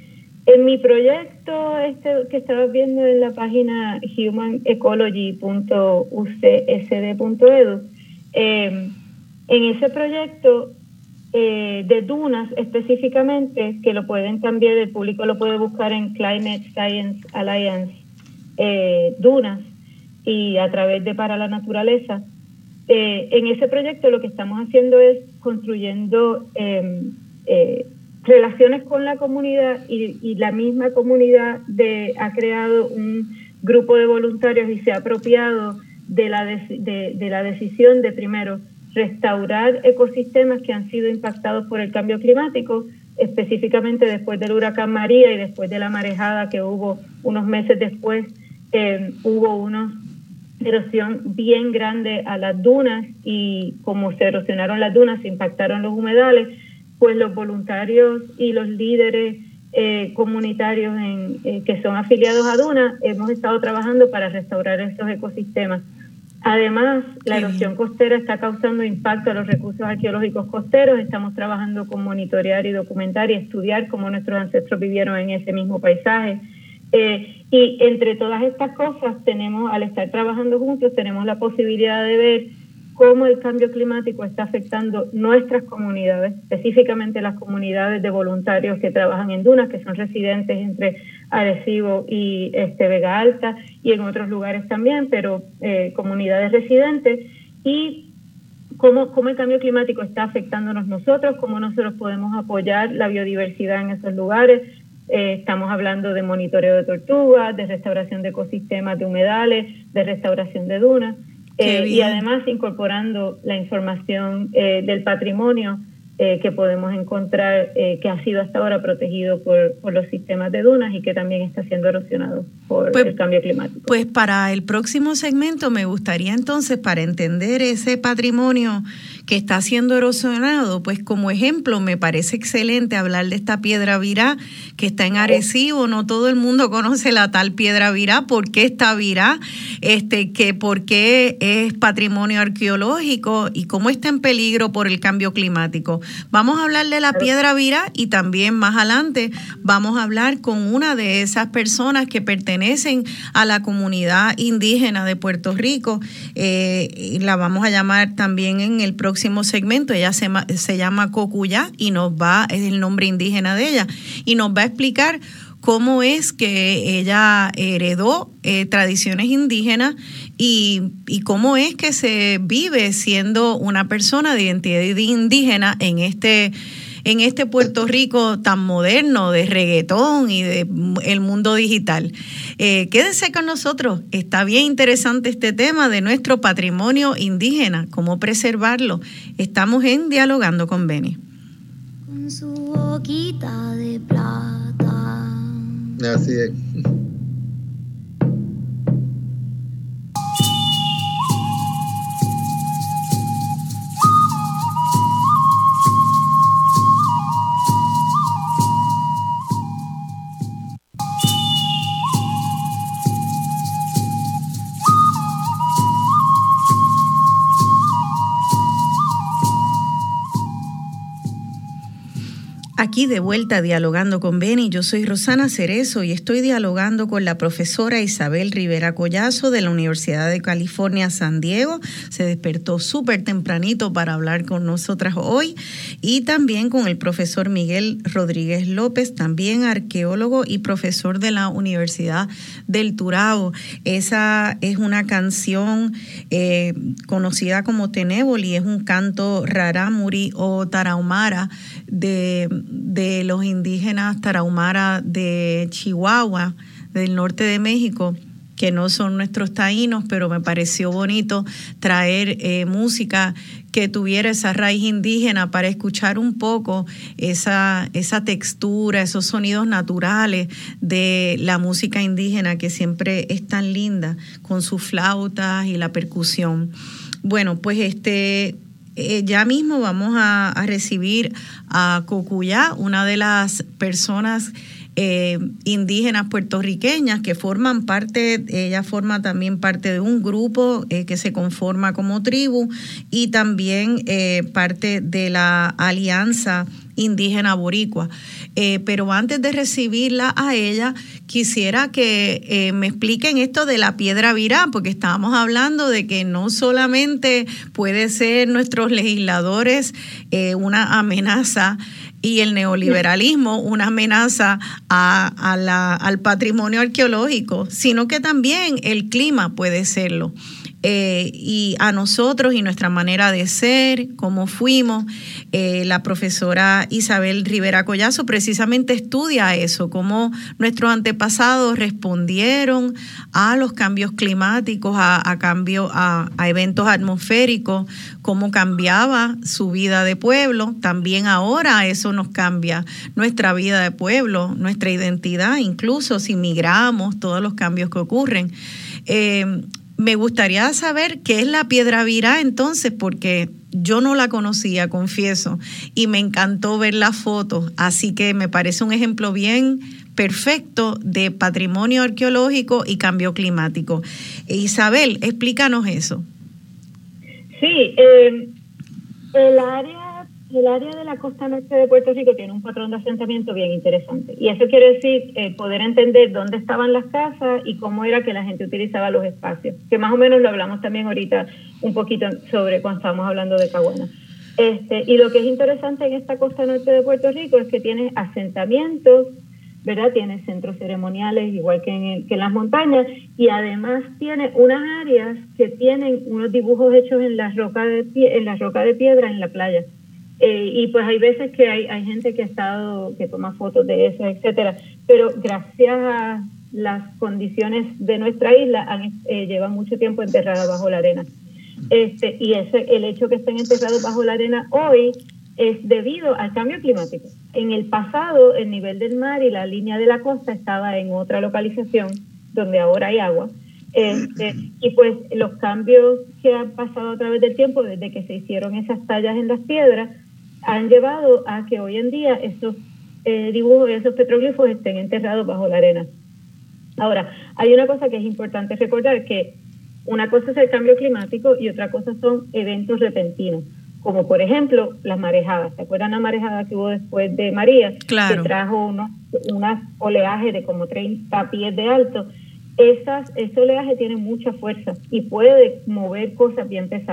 En mi proyecto este que estabas viendo en la página human ecology punto u c s d punto e d u, eh, en ese proyecto eh, de dunas específicamente, que lo pueden también, el público lo puede buscar en Climate Science Alliance, eh, dunas, y a través de Para la Naturaleza, eh, en ese proyecto lo que estamos haciendo es construyendo eh, eh, relaciones con la comunidad y, y la misma comunidad de, ha creado un grupo de voluntarios y se ha apropiado de la, de, de, de la decisión de primero restaurar ecosistemas que han sido impactados por el cambio climático, específicamente después del huracán María y después de la marejada que hubo unos meses después, eh, hubo una erosión bien grande a las dunas y como se erosionaron las dunas, se impactaron los humedales, pues los voluntarios y los líderes eh, comunitarios en, eh, que son afiliados a Duna, hemos estado trabajando para restaurar estos ecosistemas. Además, la erosión costera está causando impacto a los recursos arqueológicos costeros. Estamos trabajando con monitorear y documentar y estudiar cómo nuestros ancestros vivieron en ese mismo paisaje. Eh, y entre todas estas cosas, tenemos, al estar trabajando juntos, tenemos la posibilidad de ver cómo el cambio climático está afectando nuestras comunidades, específicamente las comunidades de voluntarios que trabajan en dunas, que son residentes entre Arecibo y este, Vega Alta y en otros lugares también, pero eh, comunidades residentes, y cómo, cómo el cambio climático está afectándonos nosotros, cómo nosotros podemos apoyar la biodiversidad en esos lugares. Eh, estamos hablando de monitoreo de tortugas, de restauración de ecosistemas de humedales, de restauración de dunas. Eh, y además incorporando la información eh, del patrimonio eh, que podemos encontrar, eh, que ha sido hasta ahora protegido por, por los sistemas de dunas y que también está siendo erosionado por pues, el cambio climático. Pues para el próximo segmento me gustaría entonces, para entender ese patrimonio que está siendo erosionado, pues como ejemplo me parece excelente hablar de esta piedra virá que está en Arecibo. No todo el mundo conoce la tal piedra virá. ¿Por qué está virá? Este, que por qué es patrimonio arqueológico y cómo está en peligro por el cambio climático. Vamos a hablar de la piedra virá y también más adelante vamos a hablar con una de esas personas que pertenecen a la comunidad indígena de Puerto Rico. Eh, la vamos a llamar también en el próximo próximo segmento. Ella se, se llama Cocuyá y nos va, es el nombre indígena de ella, y nos va a explicar cómo es que ella heredó eh, tradiciones indígenas y, y cómo es que se vive siendo una persona de identidad indígena en este en este Puerto Rico tan moderno de reggaetón y de el mundo digital. Eh, quédese con nosotros, está bien interesante este tema de nuestro patrimonio indígena, cómo preservarlo. Estamos en Dialogando con Beni. Con su boquita de plata. Así es. Aquí de vuelta Dialogando con Beni, yo soy Rosana Cerezo y estoy dialogando con la profesora Isabel Rivera Collazo de la Universidad de California, San Diego. Se despertó súper tempranito para hablar con nosotras hoy, y también con el profesor Miguel Rodríguez López, también arqueólogo y profesor de la Universidad del Turabo. Esa es una canción eh, conocida como Tenéboli, es un canto rarámuri o tarahumara de de los indígenas tarahumara de Chihuahua, del norte de México, que no son nuestros taínos, pero me pareció bonito traer eh, música que tuviera esa raíz indígena para escuchar un poco esa, esa textura, esos sonidos naturales de la música indígena, que siempre es tan linda, con sus flautas y la percusión. Bueno, pues este... Eh, ya mismo vamos a, a recibir a Cocuyá, una de las personas eh, indígenas puertorriqueñas que forman parte, ella forma también parte de un grupo eh, que se conforma como tribu, y también eh, parte de la Alianza Indígena Boricua. Eh, pero antes de recibirla a ella, quisiera que eh, me expliquen esto de la piedra virá, porque estábamos hablando de que no solamente puede ser nuestros legisladores eh, una amenaza, y el neoliberalismo una amenaza a, a la, al patrimonio arqueológico, sino que también el clima puede serlo. Eh, y a nosotros y nuestra manera de ser, cómo fuimos. Eh, la profesora Isabel Rivera Collazo precisamente estudia eso, cómo nuestros antepasados respondieron a los cambios climáticos, a, a, cambio, a, a eventos atmosféricos, cómo cambiaba su vida de pueblo. También ahora eso nos cambia nuestra vida de pueblo, nuestra identidad, incluso si migramos, todos los cambios que ocurren. Eh, Me gustaría saber qué es la piedra virá entonces, porque yo no la conocía, confieso, y me encantó ver las fotos, así que me parece un ejemplo bien perfecto de patrimonio arqueológico y cambio climático. Isabel, explícanos eso. Sí, eh, el área el área de la costa norte de Puerto Rico tiene un patrón de asentamiento bien interesante, y eso quiere decir eh, poder entender dónde estaban las casas y cómo era que la gente utilizaba los espacios, que más o menos lo hablamos también ahorita un poquito sobre cuando estábamos hablando de Caguana. Este, y lo que es interesante en esta costa norte de Puerto Rico es que tiene asentamientos, ¿verdad? Tiene centros ceremoniales igual que en, el, que en las montañas, y además tiene unas áreas que tienen unos dibujos hechos en la roca de, pie, en la roca de piedra en la playa. Eh, y pues hay veces que hay, hay gente que ha estado, que toma fotos de eso, etcétera, pero gracias a las condiciones de nuestra isla han, eh, llevan mucho tiempo enterradas bajo la arena. Este, y ese, el hecho que estén enterrados bajo la arena hoy es debido al cambio climático. En el pasado, el nivel del mar y la línea de la costa estaba en otra localización, donde ahora hay agua. Este, y pues los cambios que han pasado a través del tiempo, desde que se hicieron esas tallas en las piedras, han llevado a que hoy en día esos eh, dibujos, esos petroglifos estén enterrados bajo la arena. Ahora, hay una cosa que es importante recordar, que una cosa es el cambio climático y otra cosa son eventos repentinos, como por ejemplo las marejadas. ¿Se acuerdan la marejada que hubo después de María? Claro. Que trajo unos, unas oleajes de como treinta pies de alto. Esas, ese oleaje tiene mucha fuerza y puede mover cosas bien pesadas.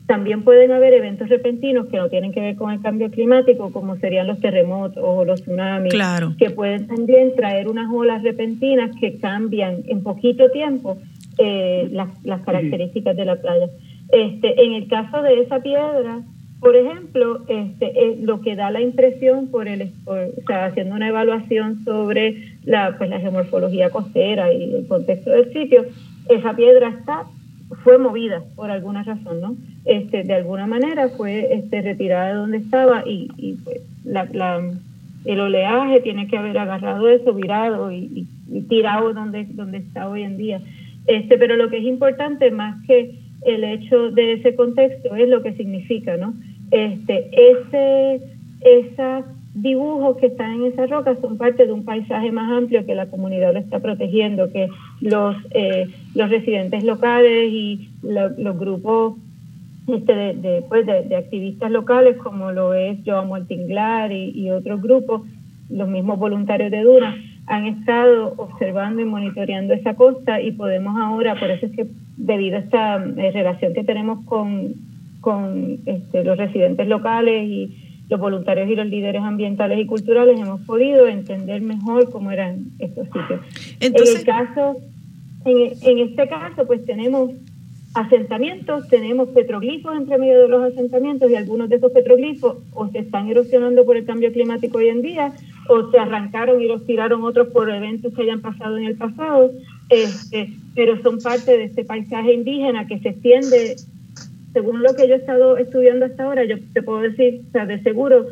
también pueden haber eventos repentinos que no tienen que ver con el cambio climático, como serían los terremotos o los tsunamis, claro, que pueden también traer unas olas repentinas que cambian en poquito tiempo eh, las, las características de la playa. Este, en el caso de esa piedra, por ejemplo, este, es lo que da la impresión por el, por, o sea, haciendo una evaluación sobre la, pues, la geomorfología costera y el contexto del sitio, esa piedra está fue movida por alguna razón, ¿no? Este, de alguna manera fue este, retirada de donde estaba y, y pues, la, la, el oleaje tiene que haber agarrado eso, virado y, y, y tirado donde, donde está hoy en día. Este, pero lo que es importante más que el hecho de ese contexto es lo que significa, ¿no? Este, ese, esas dibujos que están en esas rocas son parte de un paisaje más amplio que la comunidad lo está protegiendo, que los eh, los residentes locales y lo, los grupos este de, de, pues de, de activistas locales, como lo es Joan Montinglar y, y otros grupos, los mismos voluntarios de Duna, han estado observando y monitoreando esa costa, y podemos ahora, por eso es que debido a esta eh, relación que tenemos con, con este, los residentes locales y los voluntarios y los líderes ambientales y culturales, hemos podido entender mejor cómo eran estos sitios. Entonces, en el caso, en, en este caso, pues tenemos asentamientos, tenemos petroglifos entre medio de los asentamientos, y algunos de esos petroglifos o se están erosionando por el cambio climático hoy en día, o se arrancaron y los tiraron otros por eventos que hayan pasado en el pasado, este, pero son parte de este paisaje indígena que se extiende. Según lo que yo he estado estudiando hasta ahora, yo te puedo decir, o sea, de seguro,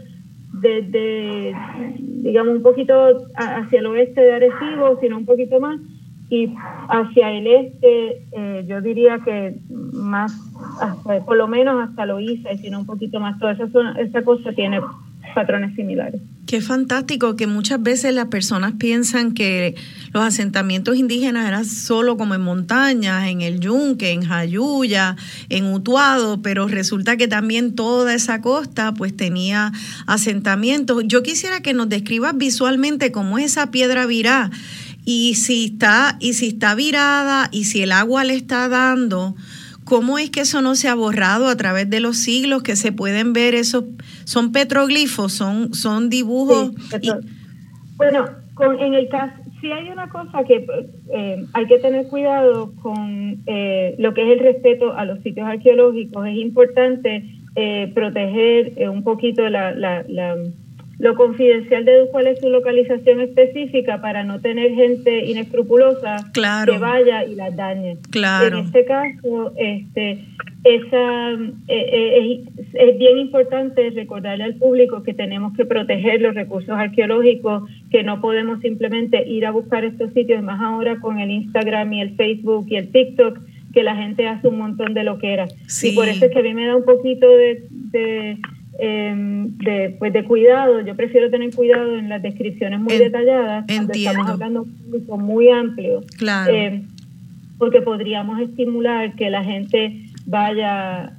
desde, digamos, un poquito hacia el oeste de Arecibo, sino un poquito más, y hacia el este, eh, yo diría que más, hasta, por lo menos hasta Loíza, y si no un poquito más, toda esa zona, esa cosa tiene patrones similares. Qué fantástico, que muchas veces las personas piensan que los asentamientos indígenas eran solo como en montañas, en el Yunque, en Jayuya, en Utuado, pero resulta que también toda esa costa pues tenía asentamientos. Yo quisiera que nos describas visualmente cómo es esa piedra virá, y si está, y si está virada, y si el agua le está dando. ¿Cómo es que eso no se ha borrado a través de los siglos, que se pueden ver esos? ¿Son petroglifos? ¿Son, son dibujos? Sí, y... Bueno, con, en el caso, sí hay una cosa que eh, hay que tener cuidado con eh, lo que es el respeto a los sitios arqueológicos. Es importante eh, proteger eh, un poquito la, la, la, lo confidencial de cuál es su localización específica, para no tener gente inescrupulosa, claro, que vaya y las dañe. Claro. En este caso, este, esa, eh, eh, es, es bien importante recordarle al público que tenemos que proteger los recursos arqueológicos, que no podemos simplemente ir a buscar estos sitios, más ahora con el Instagram y el Facebook y el TikTok, que la gente hace un montón de loqueras. Sí. Y por eso es que a mí me da un poquito de... de Eh, de, pues de cuidado. Yo prefiero tener cuidado en las descripciones muy en, detalladas, cuando estamos hablando de un público muy amplio, claro, eh, porque podríamos estimular que la gente vaya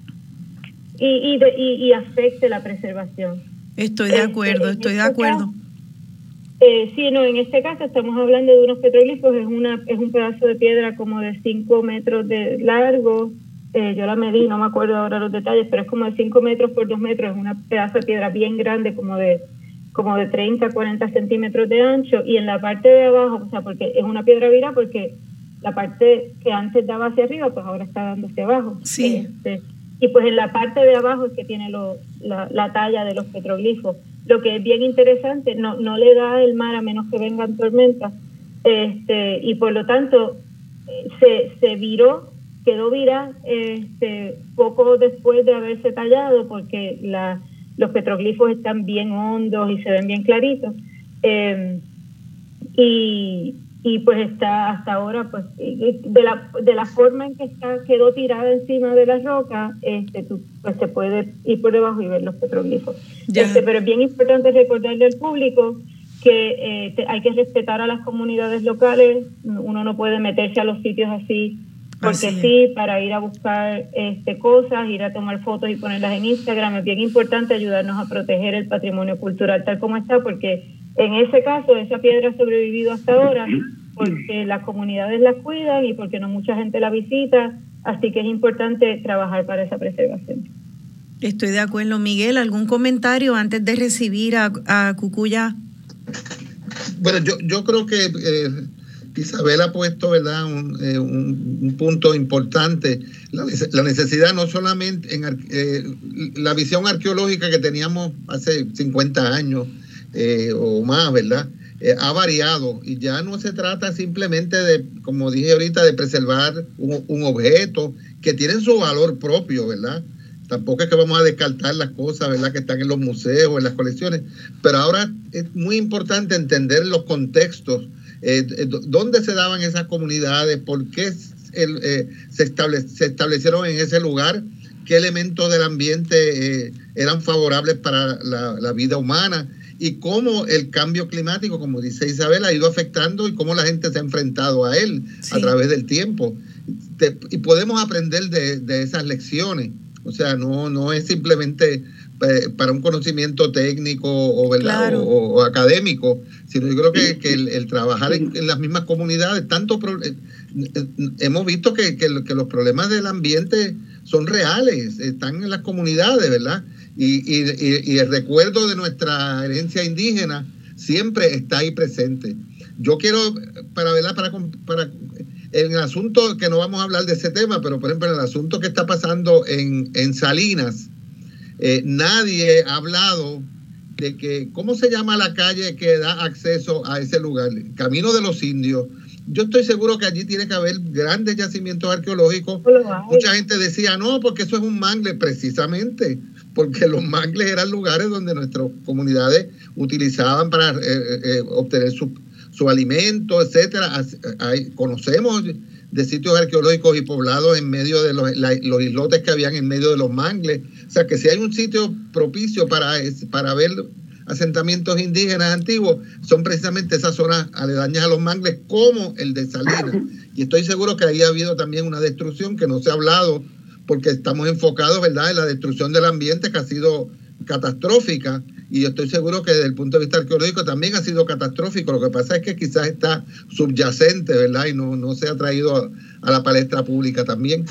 y, y, de, y, y afecte la preservación. Estoy de acuerdo, este, estoy de acuerdo. Caso, eh, sí, no, en este caso estamos hablando de unos petroglifos, es, una, es un pedazo de piedra como de cinco metros de largo. Eh, yo la medí, no me acuerdo ahora los detalles, pero es como de cinco metros por dos metros, es una pedazo de piedra bien grande, como de como de treinta, cuarenta centímetros de ancho, y en la parte de abajo, o sea, porque es una piedra virá, porque la parte que antes daba hacia arriba, pues ahora está dando hacia abajo. Sí. Este, y pues en la parte de abajo es que tiene lo, la, la talla de los petroglifos. Lo que es bien interesante, no, no le da el mar a menos que vengan tormentas, este, y por lo tanto se, se viró, quedó virá este, poco después de haberse tallado, porque la, los petroglifos están bien hondos y se ven bien claritos, eh, y, y pues está hasta ahora, pues de la, de la forma en que está quedó tirada encima de la roca, este, tú, pues se puede ir por debajo y ver los petroglifos. Este, pero es bien importante recordarle al público que eh, te, hay que respetar a las comunidades locales. Uno no puede meterse a los sitios así porque sí, para ir a buscar este cosas, ir a tomar fotos y ponerlas en Instagram. Es bien importante ayudarnos a proteger el patrimonio cultural tal como está, porque en ese caso esa piedra ha sobrevivido hasta ahora porque las comunidades la cuidan y porque no mucha gente la visita, Así que es importante trabajar para esa preservación. Estoy de acuerdo. Miguel, ¿algún comentario antes de recibir a, a Cucuyá? Bueno, yo, yo creo que eh, Isabel ha puesto, ¿verdad?, un, eh, un, un punto importante. La, la necesidad no solamente en eh, la visión arqueológica que teníamos hace cincuenta años eh, o más, ¿verdad?, eh, ha variado y ya no se trata simplemente de, como dije ahorita, de preservar un, un objeto que tiene su valor propio, ¿verdad? Tampoco es que vamos a descartar las cosas, ¿verdad?, que están en los museos, en las colecciones, pero ahora es muy importante entender los contextos, eh, dónde se daban esas comunidades, por qué el, eh, se, estable, se establecieron en ese lugar, qué elementos del ambiente eh, eran favorables para la, la vida humana y cómo el cambio climático, como dice Isabel, ha ido afectando y cómo la gente se ha enfrentado a él sí. a través del tiempo. Te, y podemos aprender de, de esas lecciones. O sea, no, no es simplemente eh, para un conocimiento técnico o, ¿verdad? Claro. o, o académico, sino yo creo que, que el, el trabajar en, en las mismas comunidades, tanto pro, eh, eh, hemos visto que, que, que los problemas del ambiente son reales, están en las comunidades, ¿verdad? Y, y, y, y el recuerdo de nuestra herencia indígena siempre está ahí presente. Yo quiero, para, ¿verdad? para, para en el asunto, que no vamos a hablar de ese tema, pero por ejemplo en el asunto que está pasando en, en Salinas, eh, nadie ha hablado de que, ¿cómo se llama la calle que da acceso a ese lugar? Camino de los Indios. Yo estoy seguro que allí tiene que haber grandes yacimientos arqueológicos. Mucha gente decía, no, porque eso es un mangle, precisamente, porque los mangles eran lugares donde nuestras comunidades utilizaban para eh, eh, obtener su su alimento, etcétera. Hay, conocemos de sitios arqueológicos y poblados en medio de los, la, los islotes que habían en medio de los mangles. O sea, que si hay un sitio propicio para, para ver asentamientos indígenas antiguos, son precisamente esas zonas aledañas a los mangles, como el de Salinas. Y estoy seguro que ahí ha habido también una destrucción que no se ha hablado, porque estamos enfocados, ¿verdad?, en la destrucción del ambiente, que ha sido catastrófica. Y yo estoy seguro que desde el punto de vista arqueológico también ha sido catastrófico. Lo que pasa es que quizás está subyacente, ¿verdad? Y no, no se ha traído a, a la palestra pública también.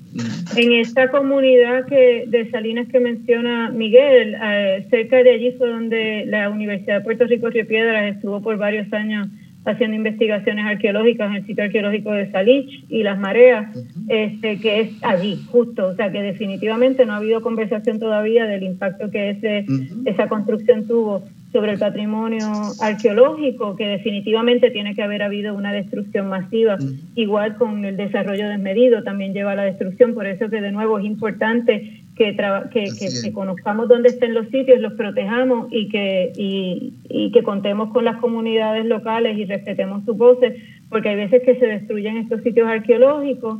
En esta comunidad que de Salinas que menciona Miguel, eh, cerca de allí fue donde la Universidad de Puerto Rico Río Piedras estuvo por varios años haciendo investigaciones arqueológicas en el sitio arqueológico de Salich y Las Mareas, uh-huh. este que es allí, justo. O sea, que definitivamente no ha habido conversación todavía del impacto que ese uh-huh. esa construcción tuvo sobre el patrimonio arqueológico, que definitivamente tiene que haber habido una destrucción masiva. Uh-huh. Igual con el desarrollo desmedido también lleva a la destrucción. Por eso que de nuevo es importante que, tra- que, que, que conozcamos dónde estén los sitios, los protejamos y que y, y que contemos con las comunidades locales y respetemos sus voces, porque hay veces que se destruyen estos sitios arqueológicos.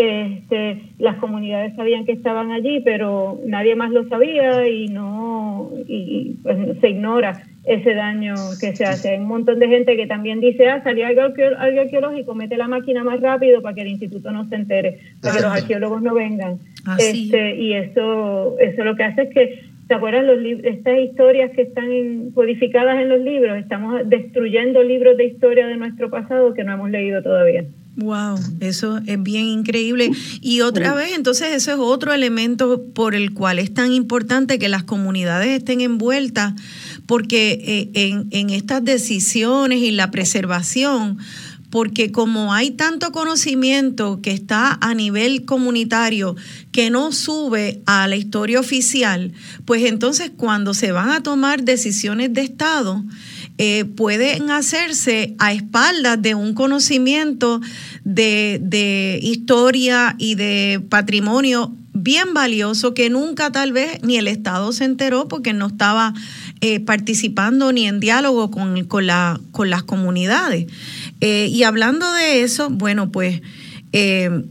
Este, las comunidades sabían que estaban allí, pero nadie más lo sabía y no y pues se ignora ese daño que se hace. Hay un montón de gente que también dice, ah, salió algo, algo arqueológico, mete la máquina más rápido para que el instituto no se entere, para que los arqueólogos no vengan. Este, y eso, eso lo que hace es que, ¿te acuerdas los lib- estas historias que están en, codificadas en los libros? Estamos destruyendo libros de historia de nuestro pasado que no hemos leído todavía. Wow, eso es bien increíble. Y otra vez, entonces, eso es otro elemento por el cual es tan importante que las comunidades estén envueltas, porque eh, en, en estas decisiones y la preservación, porque como hay tanto conocimiento que está a nivel comunitario que no sube a la historia oficial, pues entonces cuando se van a tomar decisiones de Estado, Eh, pueden hacerse a espaldas de un conocimiento de, de historia y de patrimonio bien valioso que nunca tal vez ni el Estado se enteró porque no estaba eh, participando ni en diálogo con, con, la, con las comunidades. Eh, y hablando de eso, bueno, pues... Eh,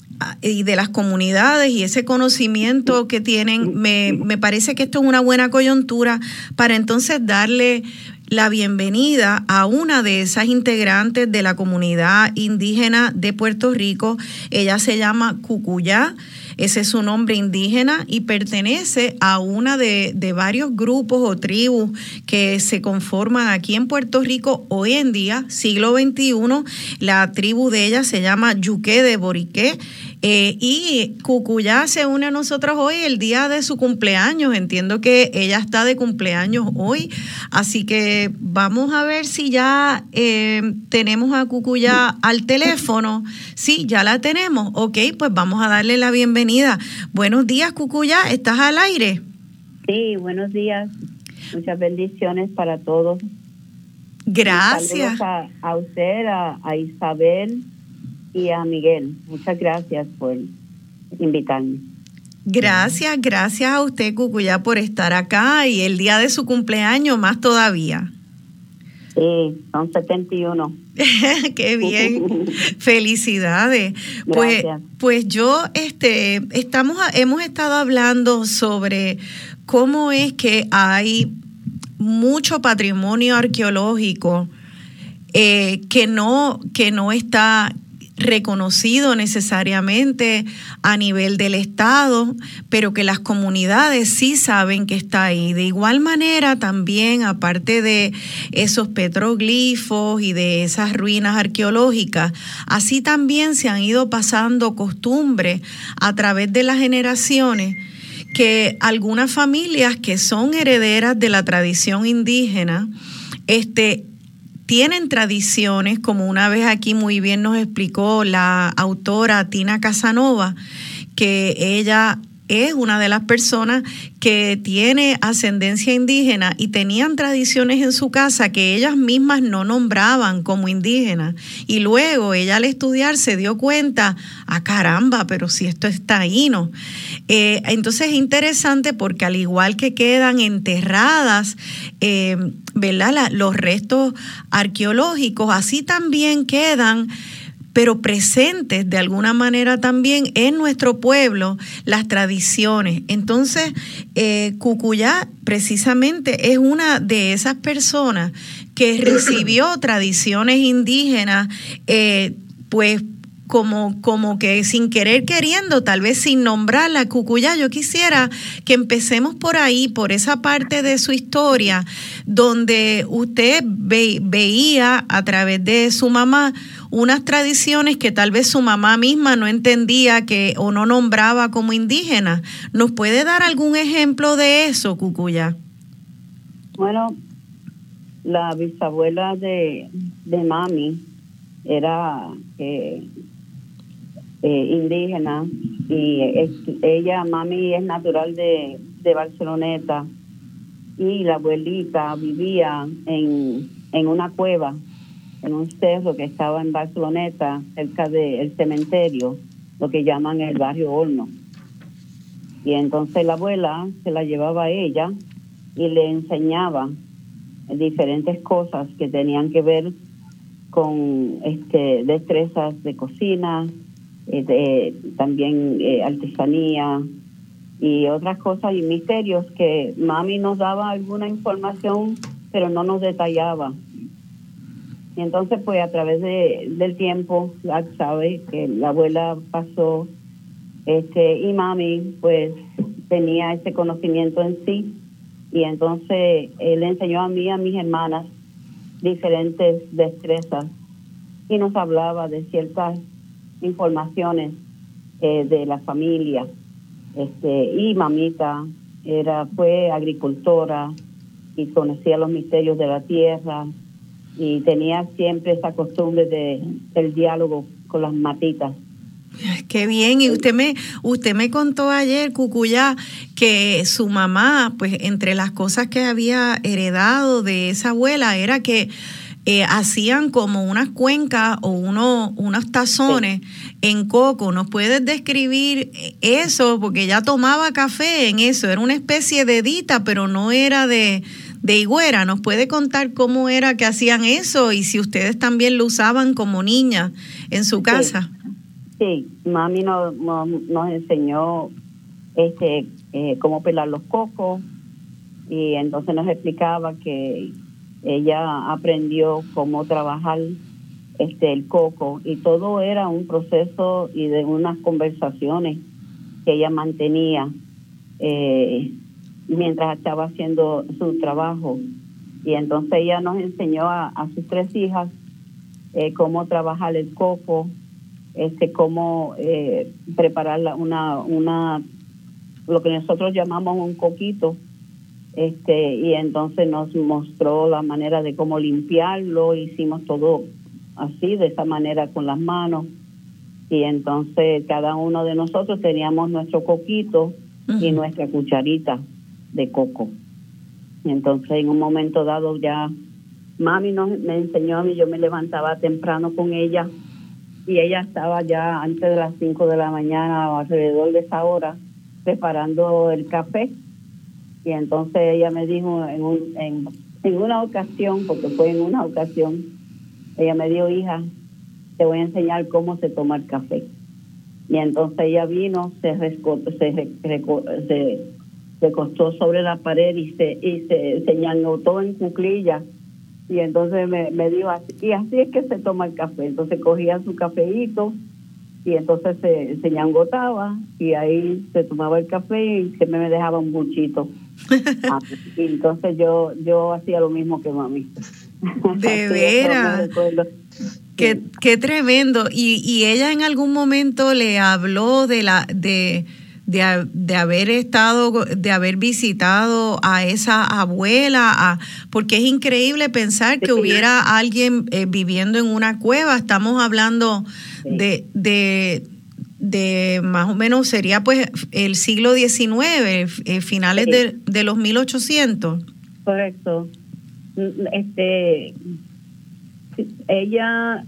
y de las comunidades y ese conocimiento que tienen, me, me parece que esto es una buena coyuntura para entonces darle la bienvenida a una de esas integrantes de la comunidad indígena de Puerto Rico. Ella se llama Cucuyá, ese es su nombre indígena y pertenece a una de, de varios grupos o tribus que se conforman aquí en Puerto Rico hoy en día, siglo veintiuno. La tribu de ella se llama Yuqué de Boriqué Eh, y Cucuyá se une a nosotros hoy el día de su cumpleaños. Entiendo que ella está de cumpleaños hoy, así que vamos a ver si ya eh, tenemos a Cucuyá al teléfono. Sí, ya la tenemos. Ok, pues vamos a darle la bienvenida. Buenos días, Cucuyá, ¿estás al aire? Sí, buenos días. Muchas bendiciones para todos. Gracias. Saludos a, a usted, a, a Isabel y a Miguel. Muchas gracias por invitarme. Gracias, gracias a usted, Cucuyá, por estar acá y el día de su cumpleaños más todavía. Sí, son setenta y uno. Qué bien. Felicidades. Pues, pues yo, este, estamos, hemos estado hablando sobre cómo es que hay mucho patrimonio arqueológico eh, que no, que no está reconocido necesariamente a nivel del Estado, pero que las comunidades sí saben que está ahí. De igual manera, también, aparte de esos petroglifos y de esas ruinas arqueológicas, así también se han ido pasando costumbres a través de las generaciones que algunas familias que son herederas de la tradición indígena, este, tienen tradiciones, como una vez aquí muy bien nos explicó la autora Tina Casanova, que ella es una de las personas que tiene ascendencia indígena y tenían tradiciones en su casa que ellas mismas no nombraban como indígenas. Y luego ella al estudiar se dio cuenta, ah caramba, pero si esto está ahí, ¿no? Eh, entonces es interesante porque al igual que quedan enterradas, eh, ¿verdad? La, los restos arqueológicos, así también quedan, pero presentes de alguna manera también en nuestro pueblo las tradiciones. Entonces, eh, Cucuyá precisamente es una de esas personas que recibió tradiciones indígenas, eh, pues como, como que sin querer queriendo, tal vez sin nombrarla. Cucuyá, yo quisiera que empecemos por ahí, por esa parte de su historia, donde usted ve, veía a través de su mamá unas tradiciones que tal vez su mamá misma no entendía que o no nombraba como indígenas. ¿Nos puede dar algún ejemplo de eso, Cucuyá? Bueno, la bisabuela de, de mami era eh, eh, indígena y es, ella, mami, es natural de, de Barceloneta y la abuelita vivía en, en una cueva, en un cerro que estaba en Barceloneta, cerca del cementerio, lo que llaman el barrio Horno. Y entonces la abuela se la llevaba a ella y le enseñaba diferentes cosas que tenían que ver con este destrezas de cocina, eh, de, también eh, artesanía y otras cosas y misterios que mami nos daba alguna información, pero no nos detallaba. Y entonces, pues, a través de, del tiempo, ya sabe que la abuela pasó, este, y mami, pues, tenía ese conocimiento en sí. Y entonces, él enseñó a mí y a mis hermanas diferentes destrezas y nos hablaba de ciertas informaciones eh, de la familia. Este, y mamita era, fue agricultora y conocía los misterios de la tierra. Y tenía siempre esa costumbre de del diálogo con las matitas. Qué bien. Y usted me usted me contó ayer, Cucuyá, que su mamá, pues entre las cosas que había heredado de esa abuela era que eh, hacían como unas cuencas o uno, unos tazones sí. en coco. ¿Nos puedes describir eso? Porque ella tomaba café en eso. Era una especie de dita, pero no era de... de higüera. ¿Nos puede contar cómo era que hacían eso y si ustedes también lo usaban como niñas en su casa? Sí, sí. Mami nos, nos, nos enseñó este eh, cómo pelar los cocos y entonces nos explicaba que ella aprendió cómo trabajar este el coco y todo era un proceso y de unas conversaciones que ella mantenía eh, mientras estaba haciendo su trabajo. Y entonces ella nos enseñó a, a sus tres hijas eh, cómo trabajar el coco este, cómo eh, preparar la, una, una, lo que nosotros llamamos un coquito, este, y entonces nos mostró la manera de cómo limpiarlo, hicimos todo así, de esa manera con las manos, y entonces cada uno de nosotros teníamos nuestro coquito uh-huh. y nuestra cucharita de coco. Y entonces en un momento dado ya mami nos, me enseñó a mí, yo me levantaba temprano con ella y ella estaba ya antes de las cinco de la mañana o alrededor de esa hora preparando el café. Y entonces ella me dijo en, un, en, en una ocasión, porque fue en una ocasión, ella me dijo, hija, te voy a enseñar cómo se toma el café. Y entonces ella vino, se rescotó, se, se, se acostó sobre la pared y se, y se, se ñangotó en cuclillas. Y entonces me, me dijo, así, y así es que se toma el café. Entonces cogía su cafeíto y entonces se, se ñangotaba y ahí se tomaba el café y siempre me dejaba un buchito. Ah, y entonces yo yo hacía lo mismo que mami. De veras. Qué, qué tremendo. Y, y ella en algún momento le habló de la de, de, de haber estado, de haber visitado a esa abuela, a, porque es increíble pensar que sí. hubiera alguien eh, viviendo en una cueva. Estamos hablando sí. de, de de más o menos sería pues el siglo diecinueve, eh, finales sí. de, de los mil ochocientos. Correcto. Este, ella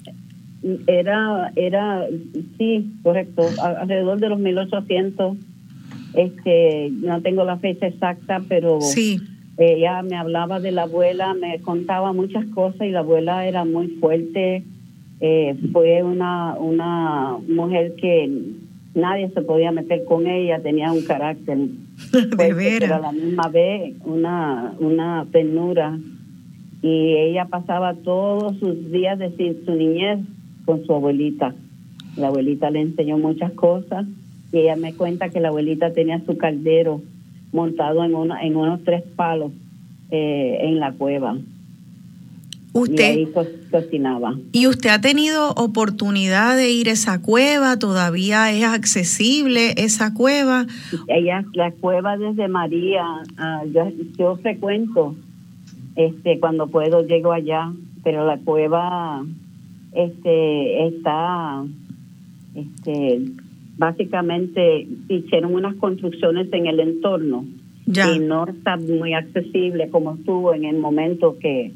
era, era, sí, correcto, alrededor de los mil ochocientos. Este, no tengo la fecha exacta, pero sí. ella me hablaba de la abuela, me contaba muchas cosas y la abuela era muy fuerte. Eh, fue una una mujer que nadie se podía meter con ella, tenía un carácter fuerte, pero a la misma vez una una ternura, y ella pasaba todos sus días de su niñez con su abuelita. La abuelita le enseñó muchas cosas y ella me cuenta que la abuelita tenía su caldero montado en una en unos tres palos eh, en la cueva. Usted, y ahí co- cocinaba. ¿Y usted ha tenido oportunidad de ir a esa cueva? ¿Todavía es accesible esa cueva? Ella, la cueva desde María, uh, yo, yo frecuento, este, cuando puedo llego allá, pero la cueva este, está, este, básicamente hicieron unas construcciones en el entorno ya. y no está muy accesible como estuvo en el momento que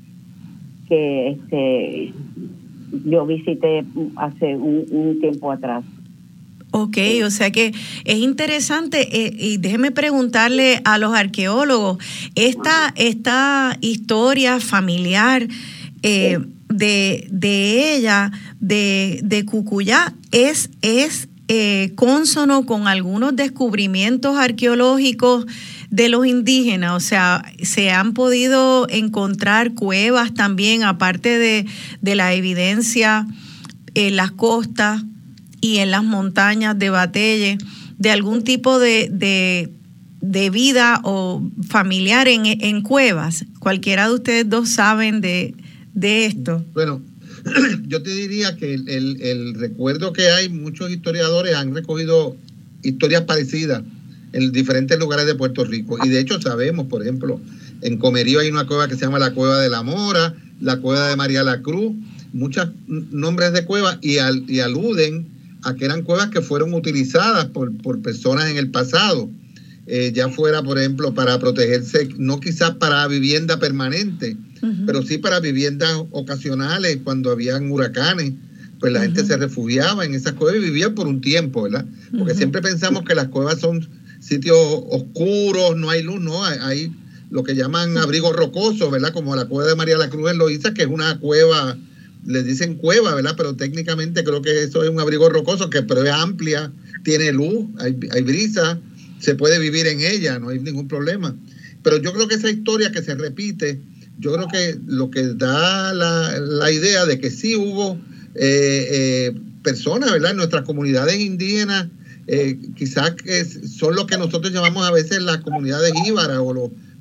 que este yo visité hace un, un tiempo atrás. Ok, o sea que es interesante, eh, y déjeme preguntarle a los arqueólogos, esta, esta historia familiar eh, de, de ella, de, de Cucuyá, es, es eh, cónsono con algunos descubrimientos arqueológicos de los indígenas. O sea, se han podido encontrar cuevas también, aparte de, de la evidencia en las costas y en las montañas de Batelle, de algún tipo de, de, de vida o familiar en, en cuevas. Cualquiera de ustedes dos saben de, de esto. Bueno, yo te diría que el, el, el recuerdo que hay, muchos historiadores han recogido historias parecidas en diferentes lugares de Puerto Rico. Y de hecho sabemos, por ejemplo, en Comerío hay una cueva que se llama la Cueva de la Mora, la Cueva de María la Cruz, muchos nombres de cuevas, y, al, y aluden a que eran cuevas que fueron utilizadas por, por personas en el pasado, eh, ya fuera, por ejemplo, para protegerse, no quizás para vivienda permanente, uh-huh. pero sí para viviendas ocasionales, cuando habían huracanes, pues la uh-huh. gente se refugiaba en esas cuevas y vivía por un tiempo, ¿verdad? Porque uh-huh. siempre pensamos que las cuevas son sitios oscuros, no hay luz, no, hay, hay lo que llaman abrigos rocosos, ¿verdad? Como la cueva de María la Cruz en Loíza, que es una cueva, les dicen cueva, ¿verdad? Pero técnicamente creo que eso es un abrigo rocoso, que pero es amplia, tiene luz, hay, hay brisa, se puede vivir en ella, no hay ningún problema. Pero yo creo que esa historia que se repite, yo creo que lo que da la, la idea de que sí hubo eh, eh, personas, ¿verdad? En nuestras comunidades indígenas, Eh, quizás que son lo que nosotros llamamos a veces las comunidades jíbaras o los,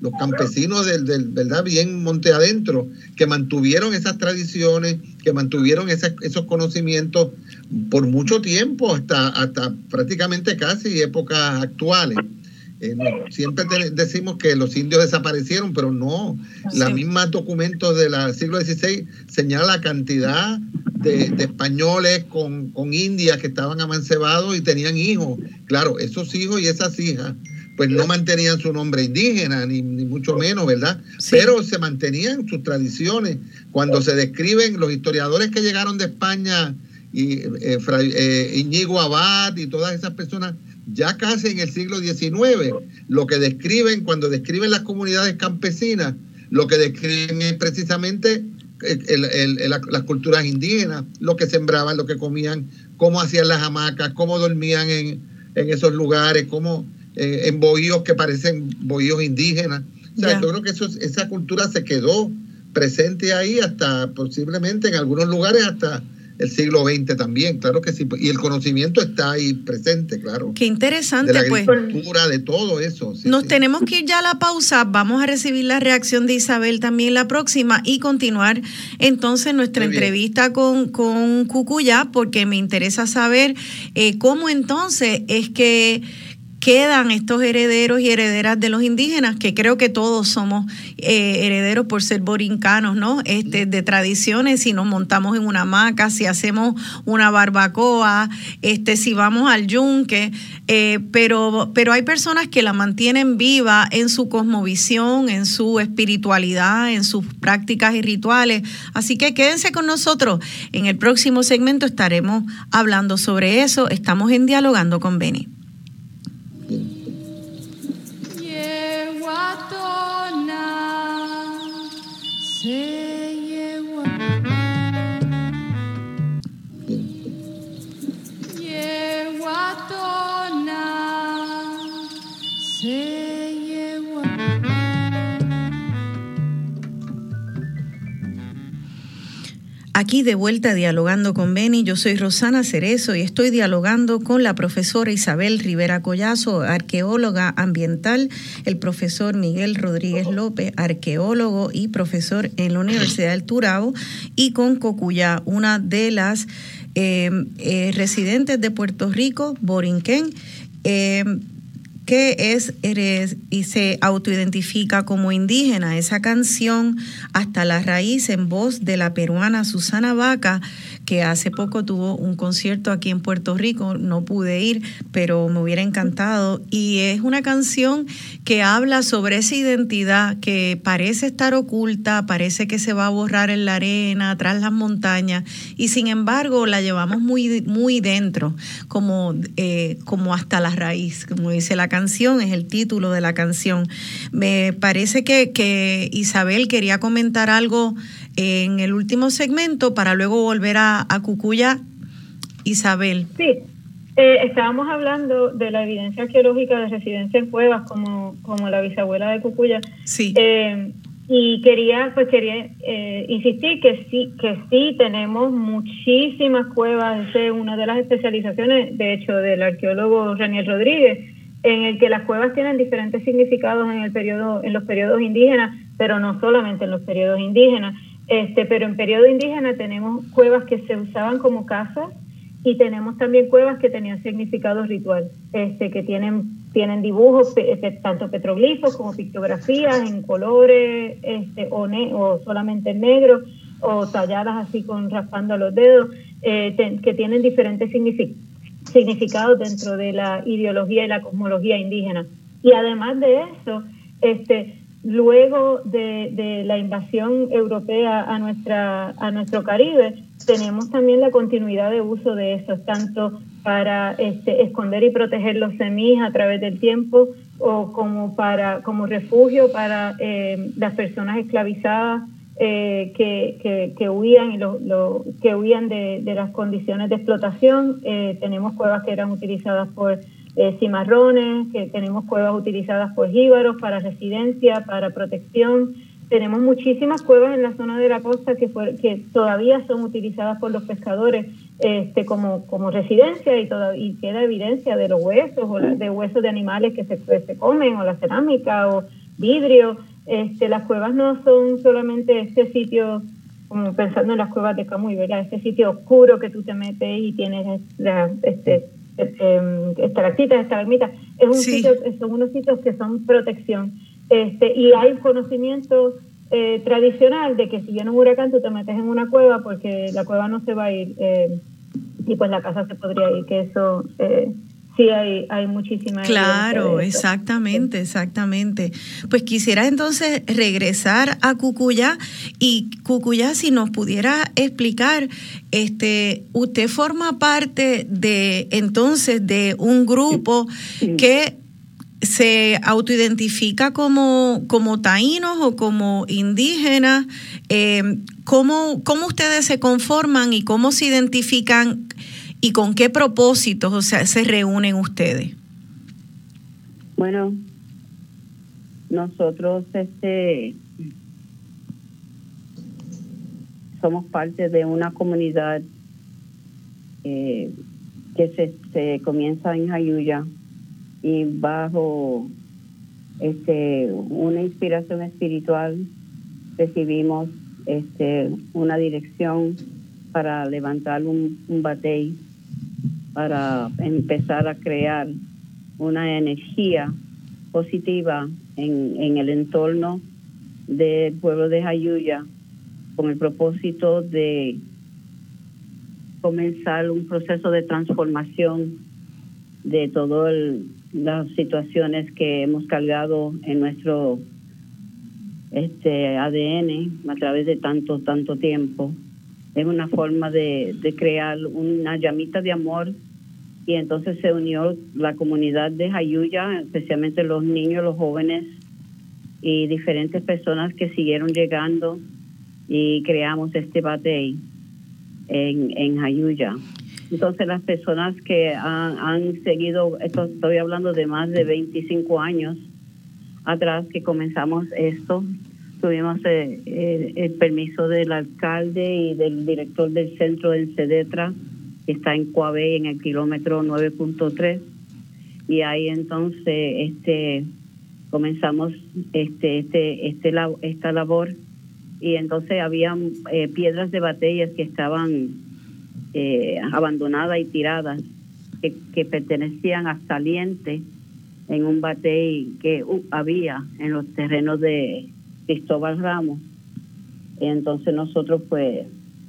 los campesinos del, del verdad bien monte adentro, que mantuvieron esas tradiciones, que mantuvieron esas, esos conocimientos por mucho tiempo, hasta, hasta prácticamente casi épocas actuales. Eh, no, siempre te, decimos que los indios desaparecieron, pero no. Sí. Los mismos documentos del siglo dieciséis señalan la cantidad de, de españoles con, con indias que estaban amancebados y tenían hijos. Claro, esos hijos y esas hijas pues no mantenían su nombre indígena, ni, ni mucho menos, ¿verdad? Sí. Pero se mantenían sus tradiciones. Cuando se describen los historiadores que llegaron de España, y eh, eh, Íñigo Abad y todas esas personas, ya casi en el siglo diecinueve, lo que describen, cuando describen las comunidades campesinas, lo que describen es precisamente el, el, el, las culturas indígenas, lo que sembraban, lo que comían, cómo hacían las hamacas, cómo dormían en, en esos lugares, cómo eh, en bohíos que parecen bohíos indígenas. O sea, yeah. yo creo que eso, esa cultura se quedó presente ahí hasta posiblemente en algunos lugares hasta el siglo veinte también, claro que sí, y el conocimiento está ahí presente, claro. Qué interesante, de la pues. agricultura, de todo eso. Sí, nos sí. tenemos que ir ya a la pausa, vamos a recibir la reacción de Isabel también la próxima y continuar entonces nuestra entrevista con, con Cucuyá, porque me interesa saber eh, cómo entonces es que quedan estos herederos y herederas de los indígenas, que creo que todos somos eh, herederos por ser borincanos, ¿no? Este, de tradiciones, si nos montamos en una hamaca, si hacemos una barbacoa, este, si vamos al yunque, eh, pero, pero hay personas que la mantienen viva en su cosmovisión, en su espiritualidad, en sus prácticas y rituales. Así que quédense con nosotros. En el próximo segmento estaremos hablando sobre eso. Estamos en Dialogando con Beni. Aquí de vuelta Dialogando con Beni, yo soy Rosana Cerezo y estoy dialogando con la profesora Isabel Rivera Collazo, arqueóloga ambiental, el profesor Miguel Rodríguez López, arqueólogo y profesor en la Universidad del Turabo, y con Cocuyá, una de las eh, eh, residentes de Puerto Rico, borinquén, eh, que es eres y se autoidentifica como indígena. Esa canción Hasta la Raíz, en voz de la peruana Susana Baca, que hace poco tuvo un concierto aquí en Puerto Rico, no pude ir, pero me hubiera encantado, y es una canción que habla sobre esa identidad que parece estar oculta, parece que se va a borrar en la arena, tras las montañas, y sin embargo la llevamos muy, muy dentro, como, eh, como hasta la raíz, como dice la canción, es el título de la canción. Me parece que, que Isabel quería comentar algo en el último segmento para luego volver a, a Cucuyá. Isabel. Sí, eh, estábamos hablando de la evidencia arqueológica de residencia en cuevas como, como la bisabuela de Cucuyá. Sí. Eh, y quería pues quería eh, insistir que sí, que sí tenemos muchísimas cuevas. Esa es una de las especializaciones, de hecho, del arqueólogo Raniel Rodríguez, en el que las cuevas tienen diferentes significados en el periodo, en los periodos indígenas, pero no solamente en los periodos indígenas. Este, pero en periodo indígena tenemos cuevas que se usaban como casas y tenemos también cuevas que tenían significado ritual, este, que tienen, tienen dibujos, pe, pe, tanto petroglifos como pictografías en colores este, o, ne, o solamente en negro, o talladas así con raspando los dedos, eh, te, que tienen diferentes signific, significados dentro de la ideología y la cosmología indígena. Y además de eso, este luego de, de la invasión europea a nuestra a nuestro Caribe, tenemos también la continuidad de uso de esos, tanto para este, esconder y proteger los semís a través del tiempo, o como para como refugio para eh, las personas esclavizadas eh, que, que, que huían y lo, lo, que huían de, de las condiciones de explotación. Eh, tenemos cuevas que eran utilizadas por Eh, cimarrones, que tenemos cuevas utilizadas por jíbaros para residencia, para protección. Tenemos muchísimas cuevas en la zona de la costa que, fue, que todavía son utilizadas por los pescadores este, como, como residencia, y, toda, y queda evidencia de los huesos o la, de huesos de animales que se, que se comen, o la cerámica, o vidrio. Este, las cuevas no son solamente este sitio, como pensando en las cuevas de Camuy, ¿verdad? Este sitio oscuro que tú te metes y tienes la, este, este, estalactitas, estalagmitas. Es un Sí. sitio, son unos sitios que son protección. Este, y hay conocimiento eh, tradicional de que si viene un huracán tú te metes en una cueva porque la cueva no se va a ir eh, y pues la casa se podría ir, que eso eh, sí hay, hay muchísima Claro, evidencia de eso. exactamente, exactamente. Pues quisiera entonces regresar a Cucuyá y Cucuyá, si nos pudiera explicar, este, usted forma parte de entonces de un grupo que se autoidentifica como, como taínos o como indígenas. Eh, ¿cómo, ¿Cómo ustedes se conforman y cómo se identifican y con qué propósitos, o sea, se reúnen ustedes? Bueno, nosotros este somos parte de una comunidad eh, que se, se comienza en Jayuya y bajo este una inspiración espiritual recibimos este una dirección para levantar un, un batey, para empezar a crear una energía positiva en, en el entorno del pueblo de Jayuya, con el propósito de comenzar un proceso de transformación de todas las situaciones que hemos cargado en nuestro este A D N a través de tanto, tanto tiempo. Es una forma de, de crear una llamita de amor, y entonces se unió la comunidad de Jayuya, especialmente los niños, los jóvenes y diferentes personas que siguieron llegando, y creamos este batey en, en Jayuya. Entonces las personas que han, han seguido, esto estoy hablando de más de veinticinco años atrás que comenzamos esto, tuvimos eh, el, el permiso del alcalde y del director del centro del CEDETRA, que está en Coabey, en el kilómetro nueve punto tres, y ahí entonces este comenzamos este este este esta labor, y entonces habían eh, piedras de batallas que estaban eh, abandonadas y tiradas, que, que pertenecían a Saliente, en un batey que uh, había en los terrenos de Cristóbal Ramos. Entonces nosotros pues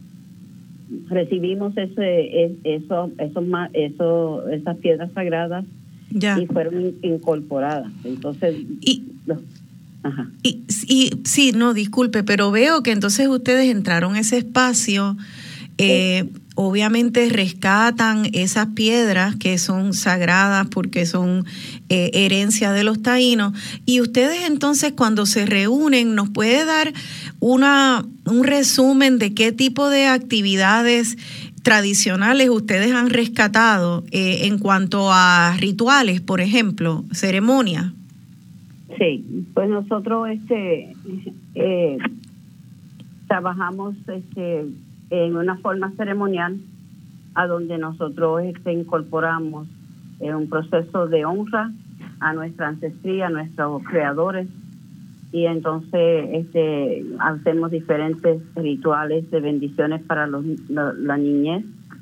recibimos ese eso esos eso, esas piedras sagradas, ya, y fueron incorporadas. Entonces y, los, ajá. y, y sí, no, disculpe, pero veo que entonces ustedes entraron a ese espacio, eh, sí. Obviamente rescatan esas piedras que son sagradas porque son eh, herencia de los taínos, y ustedes entonces cuando se reúnen nos puede dar una un resumen de qué tipo de actividades tradicionales ustedes han rescatado eh, en cuanto a rituales, por ejemplo, ceremonias. Sí, pues nosotros este eh, trabajamos este en una forma ceremonial a donde nosotros este, incorporamos eh, un proceso de honra a nuestra ancestría, a nuestros creadores, y entonces este hacemos diferentes rituales de bendiciones para los, la, la niñez.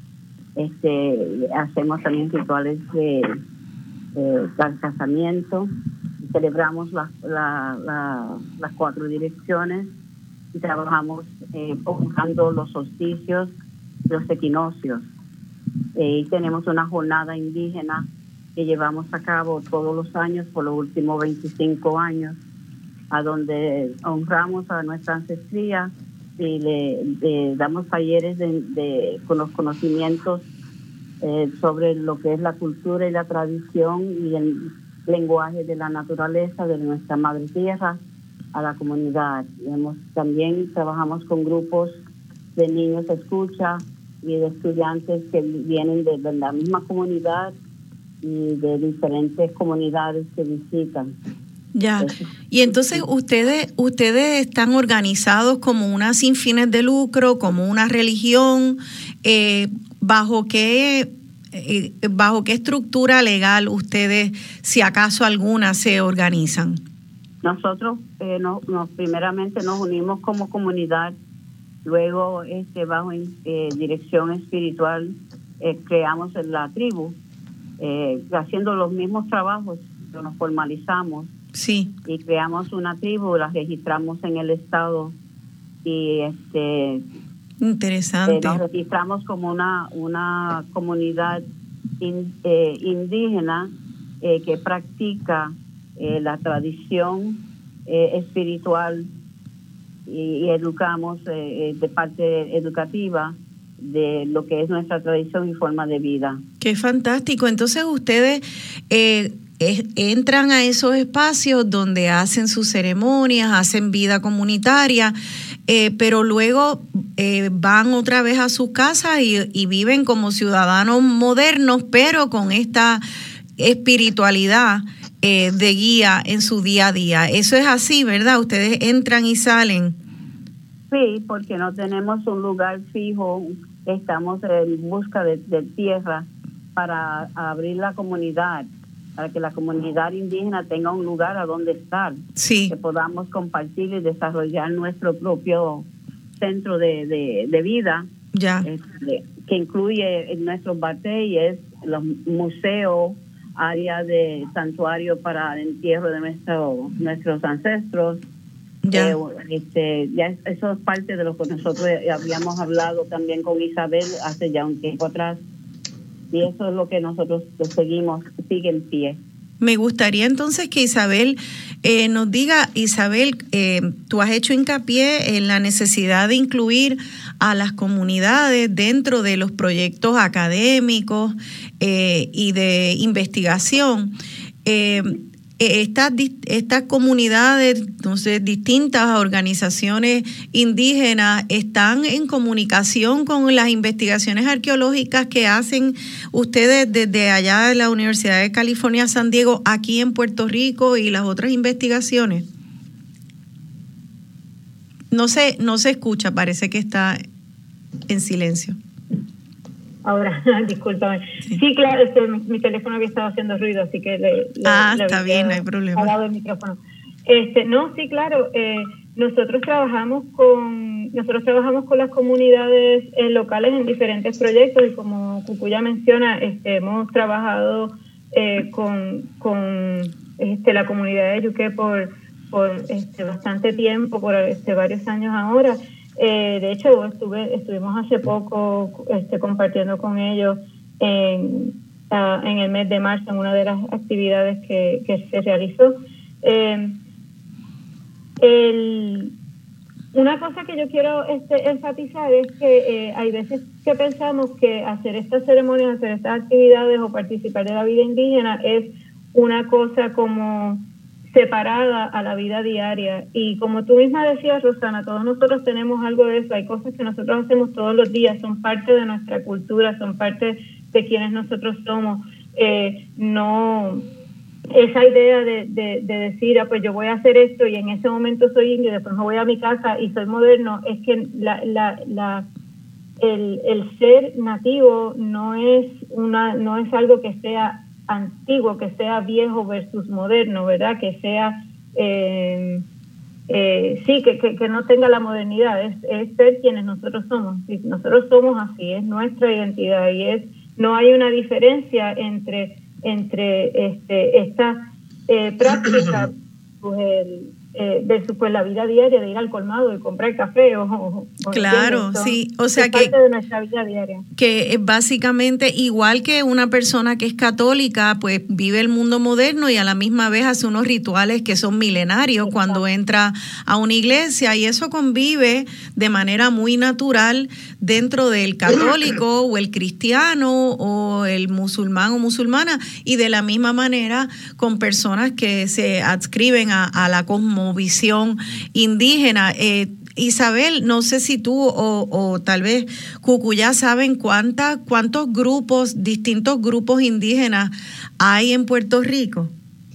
Este hacemos también rituales de eh, casamiento, celebramos la, la, la, las cuatro direcciones, y trabajamos eh, honrando los solsticios, los equinoccios. Eh, y tenemos una jornada indígena que llevamos a cabo todos los años por los últimos veinticinco años, a donde honramos a nuestra ancestría y le, le damos talleres de, de, con los conocimientos eh, sobre lo que es la cultura y la tradición y el lenguaje de la naturaleza de nuestra madre tierra a la comunidad. Hemos, también trabajamos con grupos de niños escucha y de estudiantes que vienen de, de la misma comunidad y de diferentes comunidades que visitan. Ya, y entonces ustedes ustedes están organizados como una sin fines de lucro, como una religión, eh, ¿bajo qué eh, bajo qué estructura legal ustedes, si acaso alguna, se organizan? nosotros eh, no, nos primeramente nos unimos como comunidad, luego este bajo eh, dirección espiritual eh, creamos la tribu, eh, haciendo los mismos trabajos, nos formalizamos. Sí. Y creamos una tribu, la registramos en el estado y este interesante. Eh, nos registramos como una una comunidad in, eh, indígena eh, que practica eh, la tradición eh, espiritual y, y educamos eh, de parte educativa de lo que es nuestra tradición y forma de vida. Qué fantástico. Entonces ustedes eh, es, entran a esos espacios donde hacen sus ceremonias, hacen vida comunitaria, eh, pero luego eh, van otra vez a sus casas y, y viven como ciudadanos modernos, pero con esta espiritualidad eh, de guía en su día a día. Eso es así, ¿verdad? Ustedes entran y salen. Sí, porque no tenemos un lugar fijo, estamos en busca de, de tierra para abrir la comunidad, para que la comunidad indígena tenga un lugar a donde estar, sí. que podamos compartir y desarrollar nuestro propio centro de, de, de vida, ya. Este, que incluye nuestros batalles, los museos, área de santuario para el entierro de nuestro, nuestros ancestros. Ya. Eh, este, ya eso es parte de lo que nosotros habíamos hablado también con Isabel hace ya un tiempo atrás, y eso es lo que nosotros seguimos, sigue en pie. Me gustaría entonces que Isabel eh, nos diga, Isabel, eh, tú has hecho hincapié en la necesidad de incluir a las comunidades dentro de los proyectos académicos eh, y de investigación. Eh, Estas, estas comunidades, entonces distintas organizaciones indígenas están en comunicación con las investigaciones arqueológicas que hacen ustedes desde allá de la Universidad de California, San Diego, aquí en Puerto Rico y las otras investigaciones. No se, no se escucha, parece que está en silencio. Ahora, discúlpame. Sí, sí claro, este, mi, mi teléfono había estado haciendo ruido, así que le, le Ah, le está bien, no hay problema. apagado el micrófono. Este, no, sí, claro, eh, nosotros trabajamos con nosotros trabajamos con las comunidades eh, locales en diferentes proyectos, y como Cucuya menciona, este, hemos trabajado eh, con, con este, la comunidad de Yuqué por, por este, bastante tiempo, por este, varios años ahora. Eh, de hecho, estuve, estuvimos hace poco este, compartiendo con ellos en, uh, en el mes de marzo en una de las actividades que, que se realizó. Eh, el, una cosa que yo quiero este, enfatizar es que eh, hay veces que pensamos que hacer estas ceremonias, hacer estas actividades o participar de la vida indígena es una cosa como separada a la vida diaria, y como tú misma decías, Rosana, todos nosotros tenemos algo de eso. Hay cosas que nosotros hacemos todos los días, son parte de nuestra cultura, son parte de quienes nosotros somos. Eh, no esa idea de, de, de decir, ah, pues yo voy a hacer esto y en ese momento soy indio, después me voy a mi casa y soy moderno, es que la, la, la el, el ser nativo no es una no es algo que sea antiguo, que sea viejo versus moderno, ¿verdad? Que sea, eh, eh, sí, que, que, que no tenga la modernidad, es, es ser quienes nosotros somos. Sí, nosotros somos así, es nuestra identidad, y es no hay una diferencia entre entre este esta eh, práctica, pues, el, eh, de su, pues, la vida diaria de ir al colmado y comprar café o, o claro, Entonces, sí, o sea es que parte de nuestra vida diaria, que es básicamente igual que una persona que es católica, pues vive el mundo moderno y a la misma vez hace unos rituales que son milenarios. Exacto. Cuando entra a una iglesia, y eso convive de manera muy natural dentro del católico o el cristiano o el musulmán o musulmana, y de la misma manera con personas que se adscriben a, a la cosmovisión indígena. Eh, Isabel, no sé si tú o, o tal vez Cucuya saben cuántas, cuántos grupos, distintos grupos indígenas hay en Puerto Rico.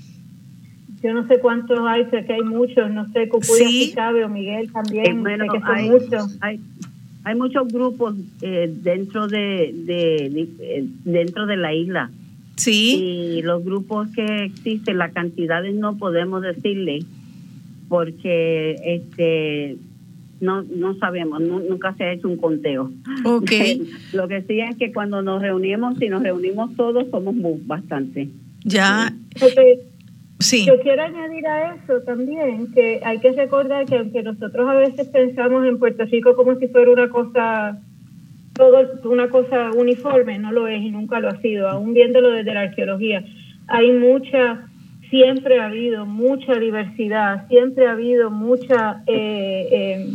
Yo no sé cuántos hay, sé que hay muchos, no sé, Cucuya sí, sí sabe, o Miguel también, eh, bueno, sé que son hay, muchos. Hay, hay muchos grupos eh, dentro de, de, de eh, dentro de la isla. Sí. Y los grupos que existen, las cantidades no podemos decirle, porque este no no sabemos, no, nunca se ha hecho un conteo. Okay. Lo que sí es que cuando nos reunimos, si nos reunimos todos, somos muy, bastante. Ya. Okay. Sí. Yo quiero añadir a eso también que hay que recordar que aunque nosotros a veces pensamos en Puerto Rico como si fuera una cosa, todo una cosa uniforme, no lo es y nunca lo ha sido, aún viéndolo desde la arqueología. Hay mucha, siempre ha habido mucha diversidad, siempre ha habido mucha, eh, eh,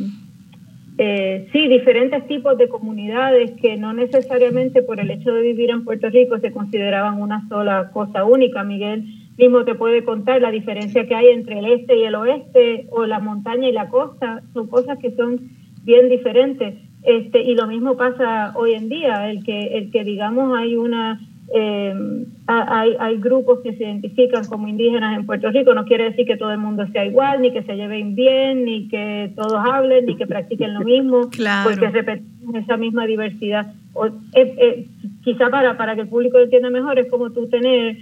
eh, sí, diferentes tipos de comunidades que no necesariamente por el hecho de vivir en Puerto Rico se consideraban una sola cosa única. Miguel mismo te puede contar la diferencia que hay entre el este y el oeste, o la montaña y la costa, son cosas que son bien diferentes. Este, y lo mismo pasa hoy en día, el que, el que digamos hay una eh, hay, hay grupos que se identifican como indígenas en Puerto Rico, no quiere decir que todo el mundo sea igual, ni que se lleven bien, ni que todos hablen, ni que practiquen lo mismo, claro. Porque repetimos esa misma diversidad. O, eh, eh, quizá para, para que el público lo entienda mejor, es como tú tener,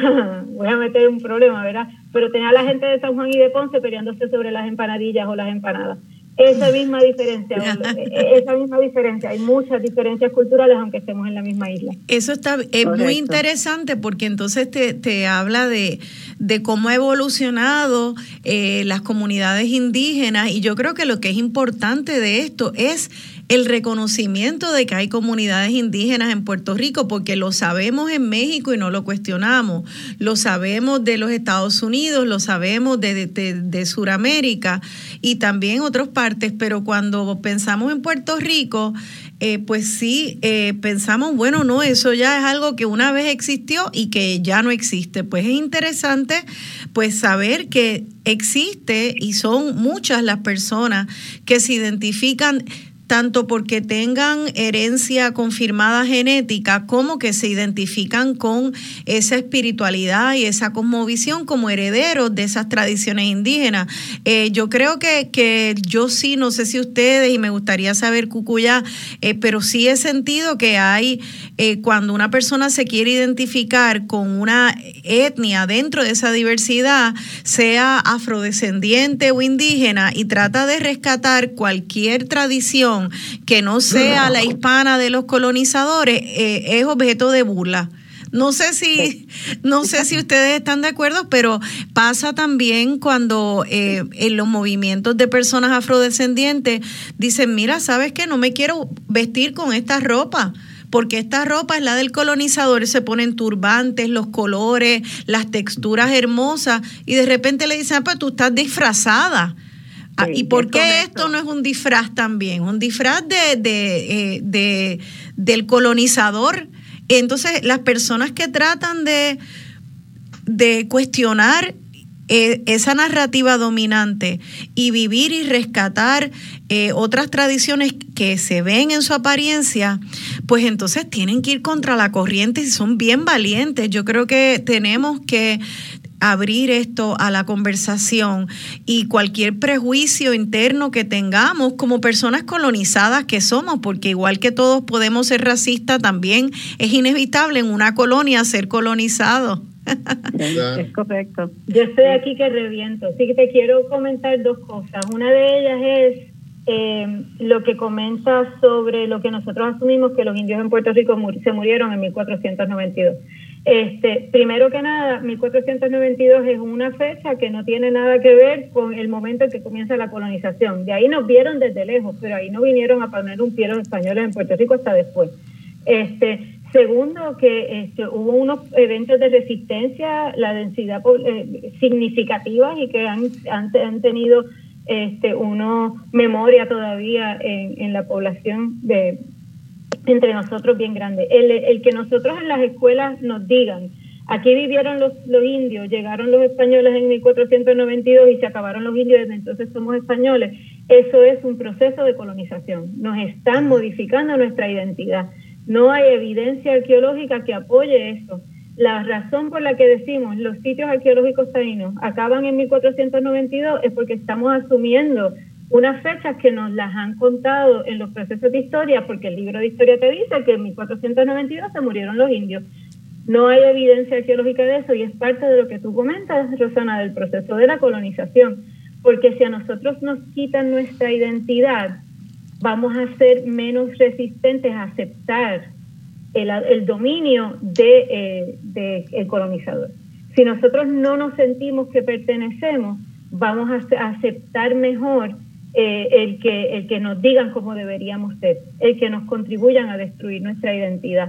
voy a meter un problema, ¿verdad? Pero tener a la gente de San Juan y de Ponce peleándose sobre las empanadillas o las empanadas. Esa misma diferencia, esa misma diferencia, hay muchas diferencias culturales aunque estemos en la misma isla. Eso está es muy interesante porque entonces te, te habla de, de cómo ha evolucionado eh, las comunidades indígenas, y yo creo que lo que es importante de esto es el reconocimiento de que hay comunidades indígenas en Puerto Rico, porque lo sabemos en México y no lo cuestionamos, lo sabemos de los Estados Unidos, lo sabemos de, de, de, de Sudamérica y también otras partes, pero cuando pensamos en Puerto Rico, eh, pues sí, eh, pensamos, bueno, no, eso ya es algo que una vez existió y que ya no existe. Pues es interesante pues saber que existe y son muchas las personas que se identifican tanto porque tengan herencia confirmada genética, como que se identifican con esa espiritualidad y esa cosmovisión como herederos de esas tradiciones indígenas. Eh, yo creo que, que yo sí, no sé si ustedes, y me gustaría saber, Cucuyá, eh, pero sí he sentido que hay, eh, cuando una persona se quiere identificar con una etnia dentro de esa diversidad, sea afrodescendiente o indígena, y trata de rescatar cualquier tradición que no sea la hispana de los colonizadores, eh, es objeto de burla. No sé si, no sé si ustedes están de acuerdo, pero pasa también cuando eh, en los movimientos de personas afrodescendientes dicen, mira, ¿sabes qué? No me quiero vestir con esta ropa, porque esta ropa es la del colonizador. Se ponen turbantes, los colores, las texturas hermosas, y de repente le dicen, ah, pues tú estás disfrazada. Ah, ¿y por qué esto no es un disfraz también? Un disfraz de, de, eh, de del colonizador. Entonces, las personas que tratan de, de cuestionar eh, esa narrativa dominante y vivir y rescatar eh, otras tradiciones que se ven en su apariencia, pues entonces tienen que ir contra la corriente y son bien valientes. Yo creo que tenemos que abrir esto a la conversación, y cualquier prejuicio interno que tengamos como personas colonizadas que somos, porque igual que todos podemos ser racistas, también es inevitable en una colonia ser colonizado. Es correcto. Yo estoy aquí que reviento, así que te quiero comentar dos cosas. Una de ellas es eh, lo que comentas sobre lo que nosotros asumimos que los indios en Puerto Rico mur- se murieron en mil cuatrocientos noventa y dos. Este, primero que nada, mil cuatrocientos noventa y dos es una fecha que no tiene nada que ver con el momento en que comienza la colonización. De ahí nos vieron desde lejos, pero ahí no vinieron a poner un pie los españoles en Puerto Rico hasta después. Este, segundo, que este, hubo unos eventos de resistencia, la densidad eh, significativas, y que han, han, han tenido este, una memoria todavía en, en la población de entre nosotros bien grande. El, el que nosotros en las escuelas nos digan, aquí vivieron los, los indios, llegaron los españoles en mil cuatrocientos noventa y dos y se acabaron los indios, desde entonces somos españoles, eso es un proceso de colonización. Nos están modificando nuestra identidad. No hay evidencia arqueológica que apoye eso. La razón por la que decimos los sitios arqueológicos taínos acaban en mil cuatrocientos noventa y dos es porque estamos asumiendo unas fechas que nos las han contado en los procesos de historia, porque el libro de historia te dice que en mil cuatrocientos noventa y dos se murieron los indios. No hay evidencia arqueológica de eso, y es parte de lo que tú comentas, Rosana, del proceso de la colonización, porque si a nosotros nos quitan nuestra identidad, vamos a ser menos resistentes a aceptar el, el dominio de, eh, de el colonizador. Si nosotros no nos sentimos que pertenecemos, vamos a aceptar mejor eh, el, que, el que nos digan cómo deberíamos ser, el que nos contribuyan a destruir nuestra identidad.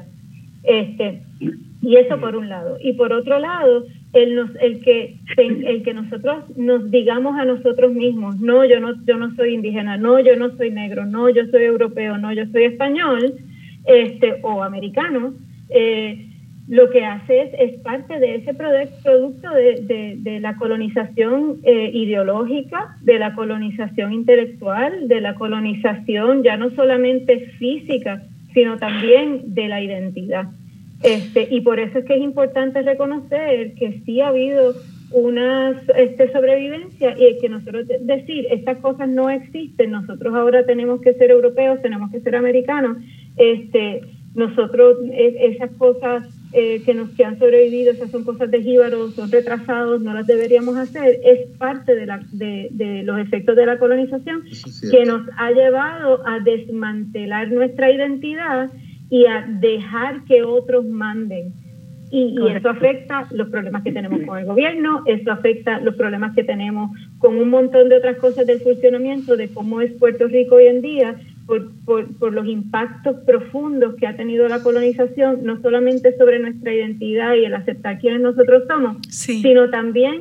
Este, y eso por un lado. Y por otro lado, el, nos, el, que, el que nosotros nos digamos a nosotros mismos, no yo, no, yo no soy indígena, no, yo no soy negro, no, yo soy europeo, no, yo soy español este, o americano, eh, lo que hace es, es parte de ese producto de, de, de la colonización eh, ideológica, de la colonización intelectual, de la colonización ya no solamente física, sino también de la identidad. Este, y por eso es que es importante reconocer que sí ha habido una este, sobrevivencia y que nosotros decir, estas cosas no existen, nosotros ahora tenemos que ser europeos, tenemos que ser americanos, este, nosotros esas cosas eh, que nos que han sobrevivido, esas son cosas de jíbaros, son retrasados, no las deberíamos hacer, es parte de, la, de, de los efectos de la colonización que nos ha llevado a desmantelar nuestra identidad y a dejar que otros manden. Y, y eso afecta los problemas que tenemos con el gobierno, eso afecta los problemas que tenemos con un montón de otras cosas del funcionamiento de cómo es Puerto Rico hoy en día, por, por, por los impactos profundos que ha tenido la colonización, no solamente sobre nuestra identidad y el aceptar quiénes nosotros somos, sí, sino también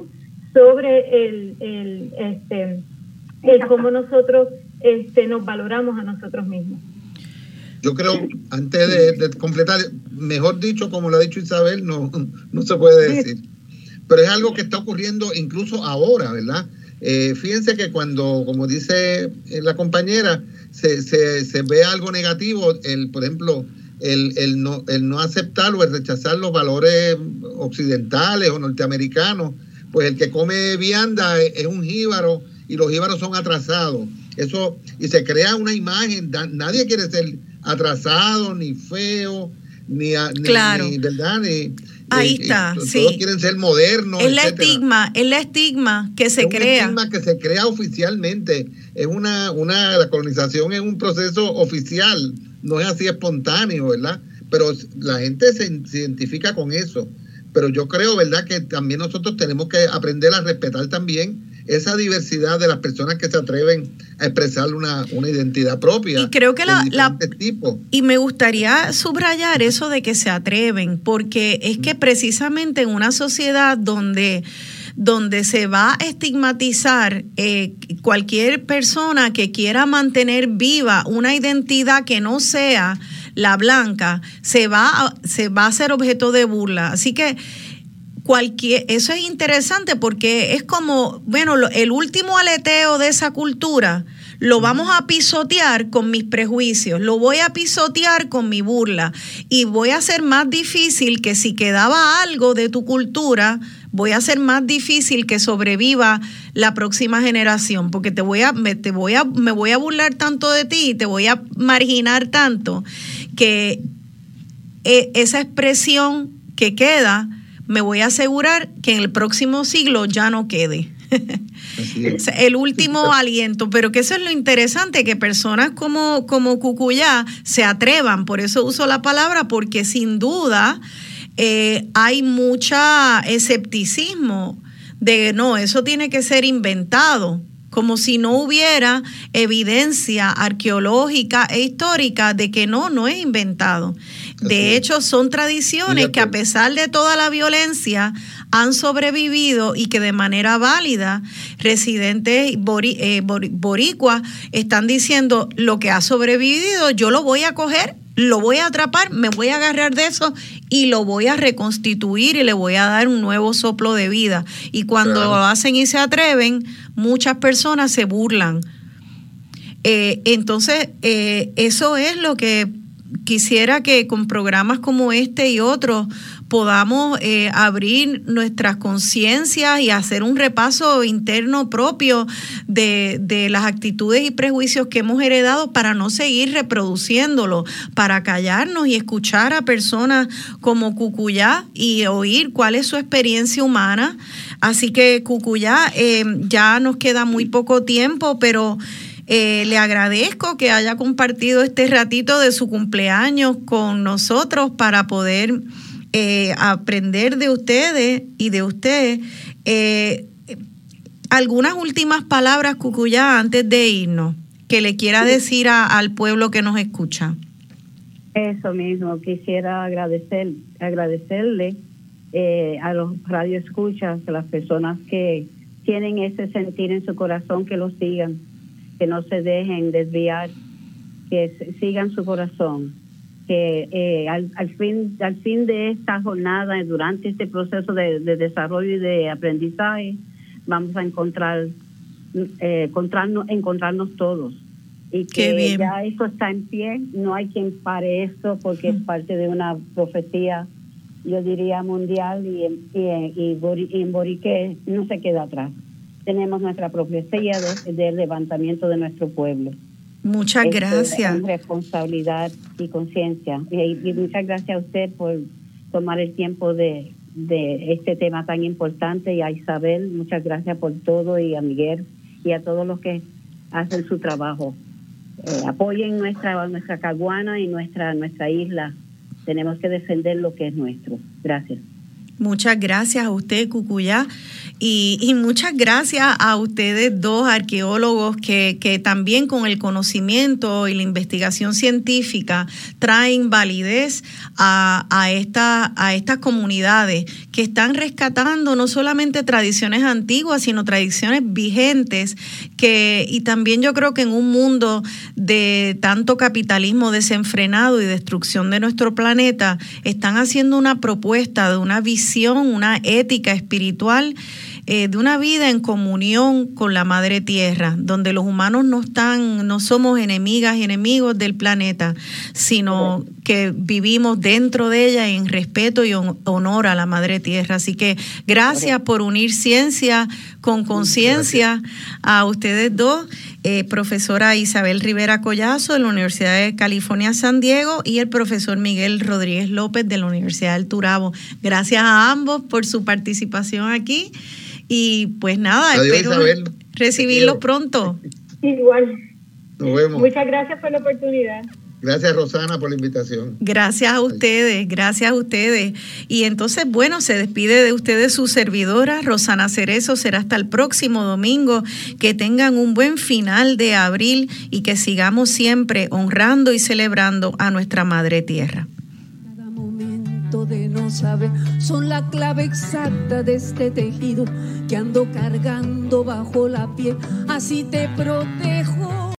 sobre el, el, este, el cómo nosotros este, nos valoramos a nosotros mismos. Yo creo, antes de, de completar, mejor dicho, como lo ha dicho Isabel, no, no se puede decir. Pero es algo que está ocurriendo incluso ahora, ¿verdad? Eh, fíjense que cuando, como dice la compañera, se, se, se ve algo negativo, el, por ejemplo, el, el, no, el no aceptar o el rechazar los valores occidentales o norteamericanos, pues el que come vianda es, es un jíbaro y los jíbaros son atrasados. Eso, y se crea una imagen, da, nadie quiere ser atrasado, ni feo, ni, ni, claro. ni ¿verdad? Ni, Ahí y, está, y, sí. Todos quieren ser modernos. Es la estigma, es la estigma que se es crea. Es una estigma que se crea oficialmente. Es una, una, la colonización es un proceso oficial, no es así espontáneo, ¿verdad? Pero la gente se, se identifica con eso. Pero yo creo, ¿verdad?, que también nosotros tenemos que aprender a respetar también esa diversidad de las personas que se atreven a expresar una, una identidad propia. Y creo que la, la tipos. Y me gustaría subrayar eso de que se atreven, porque es que precisamente en una sociedad donde donde se va a estigmatizar eh, cualquier persona que quiera mantener viva una identidad que no sea la blanca, se va a, se va a ser objeto de burla. Así que cualquier, eso es interesante porque es como, bueno, lo, el último aleteo de esa cultura lo vamos a pisotear con mis prejuicios, lo voy a pisotear con mi burla y voy a hacer más difícil que si quedaba algo de tu cultura, voy a hacer más difícil que sobreviva la próxima generación, porque te voy a, me, te voy a, me voy a burlar tanto de ti, te voy a marginar tanto, que eh, esa expresión que queda, me voy a asegurar que en el próximo siglo ya no quede. El último aliento, pero que eso es lo interesante, que personas como, como Cucuyá se atrevan, por eso uso la palabra, porque sin duda eh, hay mucha escepticismo de no, eso tiene que ser inventado, como si no hubiera evidencia arqueológica e histórica de que no, no es inventado. De hecho, son tradiciones que a pesar de toda la violencia han sobrevivido y que de manera válida residentes bori, eh, bor, boricuas están diciendo lo que ha sobrevivido, yo lo voy a coger, lo voy a atrapar, me voy a agarrar de eso y lo voy a reconstituir y le voy a dar un nuevo soplo de vida. Y cuando claro. lo hacen y se atreven, muchas personas se burlan. Eh, entonces, eh, eso es lo que quisiera que con programas como este y otros podamos eh, abrir nuestras conciencias y hacer un repaso interno propio de, de las actitudes y prejuicios que hemos heredado para no seguir reproduciéndolo, para callarnos y escuchar a personas como Cucuyá y oír cuál es su experiencia humana. Así que Cucuyá, eh, ya nos queda muy poco tiempo, pero Eh, le agradezco que haya compartido este ratito de su cumpleaños con nosotros para poder eh, aprender de ustedes y de usted. Eh, algunas últimas palabras, Cucuyá, antes de irnos, que le quiera decir a, al pueblo que nos escucha. Eso mismo, quisiera agradecer, agradecerle eh, a los radioescuchas, a las personas que tienen ese sentir en su corazón, que lo sigan, que no se dejen desviar, que sigan su corazón, que eh, al, al fin al fin de esta jornada, durante este proceso de, de desarrollo y de aprendizaje, vamos a encontrar eh, encontrarnos, encontrarnos todos. Y que ya esto está en pie, no hay quien pare esto, porque es parte de una profecía, yo diría, mundial, y, y, y, y en Borique no se queda atrás. Tenemos nuestra profecía de, del levantamiento de nuestro pueblo. Muchas este, gracias. Responsabilidad y conciencia. Y, y muchas gracias a usted por tomar el tiempo de, de este tema tan importante, y a Isabel, muchas gracias por todo, y a Miguel y a todos los que hacen su trabajo. Eh, apoyen nuestra nuestra Caguana y nuestra nuestra isla. Tenemos que defender lo que es nuestro. Gracias. Muchas gracias a usted, Cucuyá, y, y muchas gracias a ustedes dos arqueólogos que, que también con el conocimiento y la investigación científica traen validez a, a, esta, a estas comunidades que están rescatando no solamente tradiciones antiguas, sino tradiciones vigentes, que, y también yo creo que en un mundo de tanto capitalismo desenfrenado y destrucción de nuestro planeta, están haciendo una propuesta de una visión, una ética espiritual, eh, de una vida en comunión con la Madre Tierra, donde los humanos no están, no somos enemigas y enemigos del planeta, sino que vivimos dentro de ella en respeto y honor a la Madre Tierra. Así que gracias por unir ciencia con conciencia a ustedes dos, eh, profesora Isabel Rivera Collazo de la Universidad de California, San Diego, y el profesor Miguel Rodríguez López de la Universidad del Turabo. Gracias a ambos por su participación aquí. Y pues nada, Adiós, espero Isabel. recibirlos pronto. Igual. Nos vemos. Muchas gracias por la oportunidad. Gracias, Rosana, por la invitación. Gracias a ustedes, gracias a ustedes. Y entonces, bueno, se despide de ustedes su servidora, Rosana Cerezo. Será hasta el próximo domingo. Que tengan un buen final de abril y que sigamos siempre honrando y celebrando a nuestra Madre Tierra. Cada momento de no saber son la clave exacta de este tejido que ando cargando bajo la piel. Así te protejo.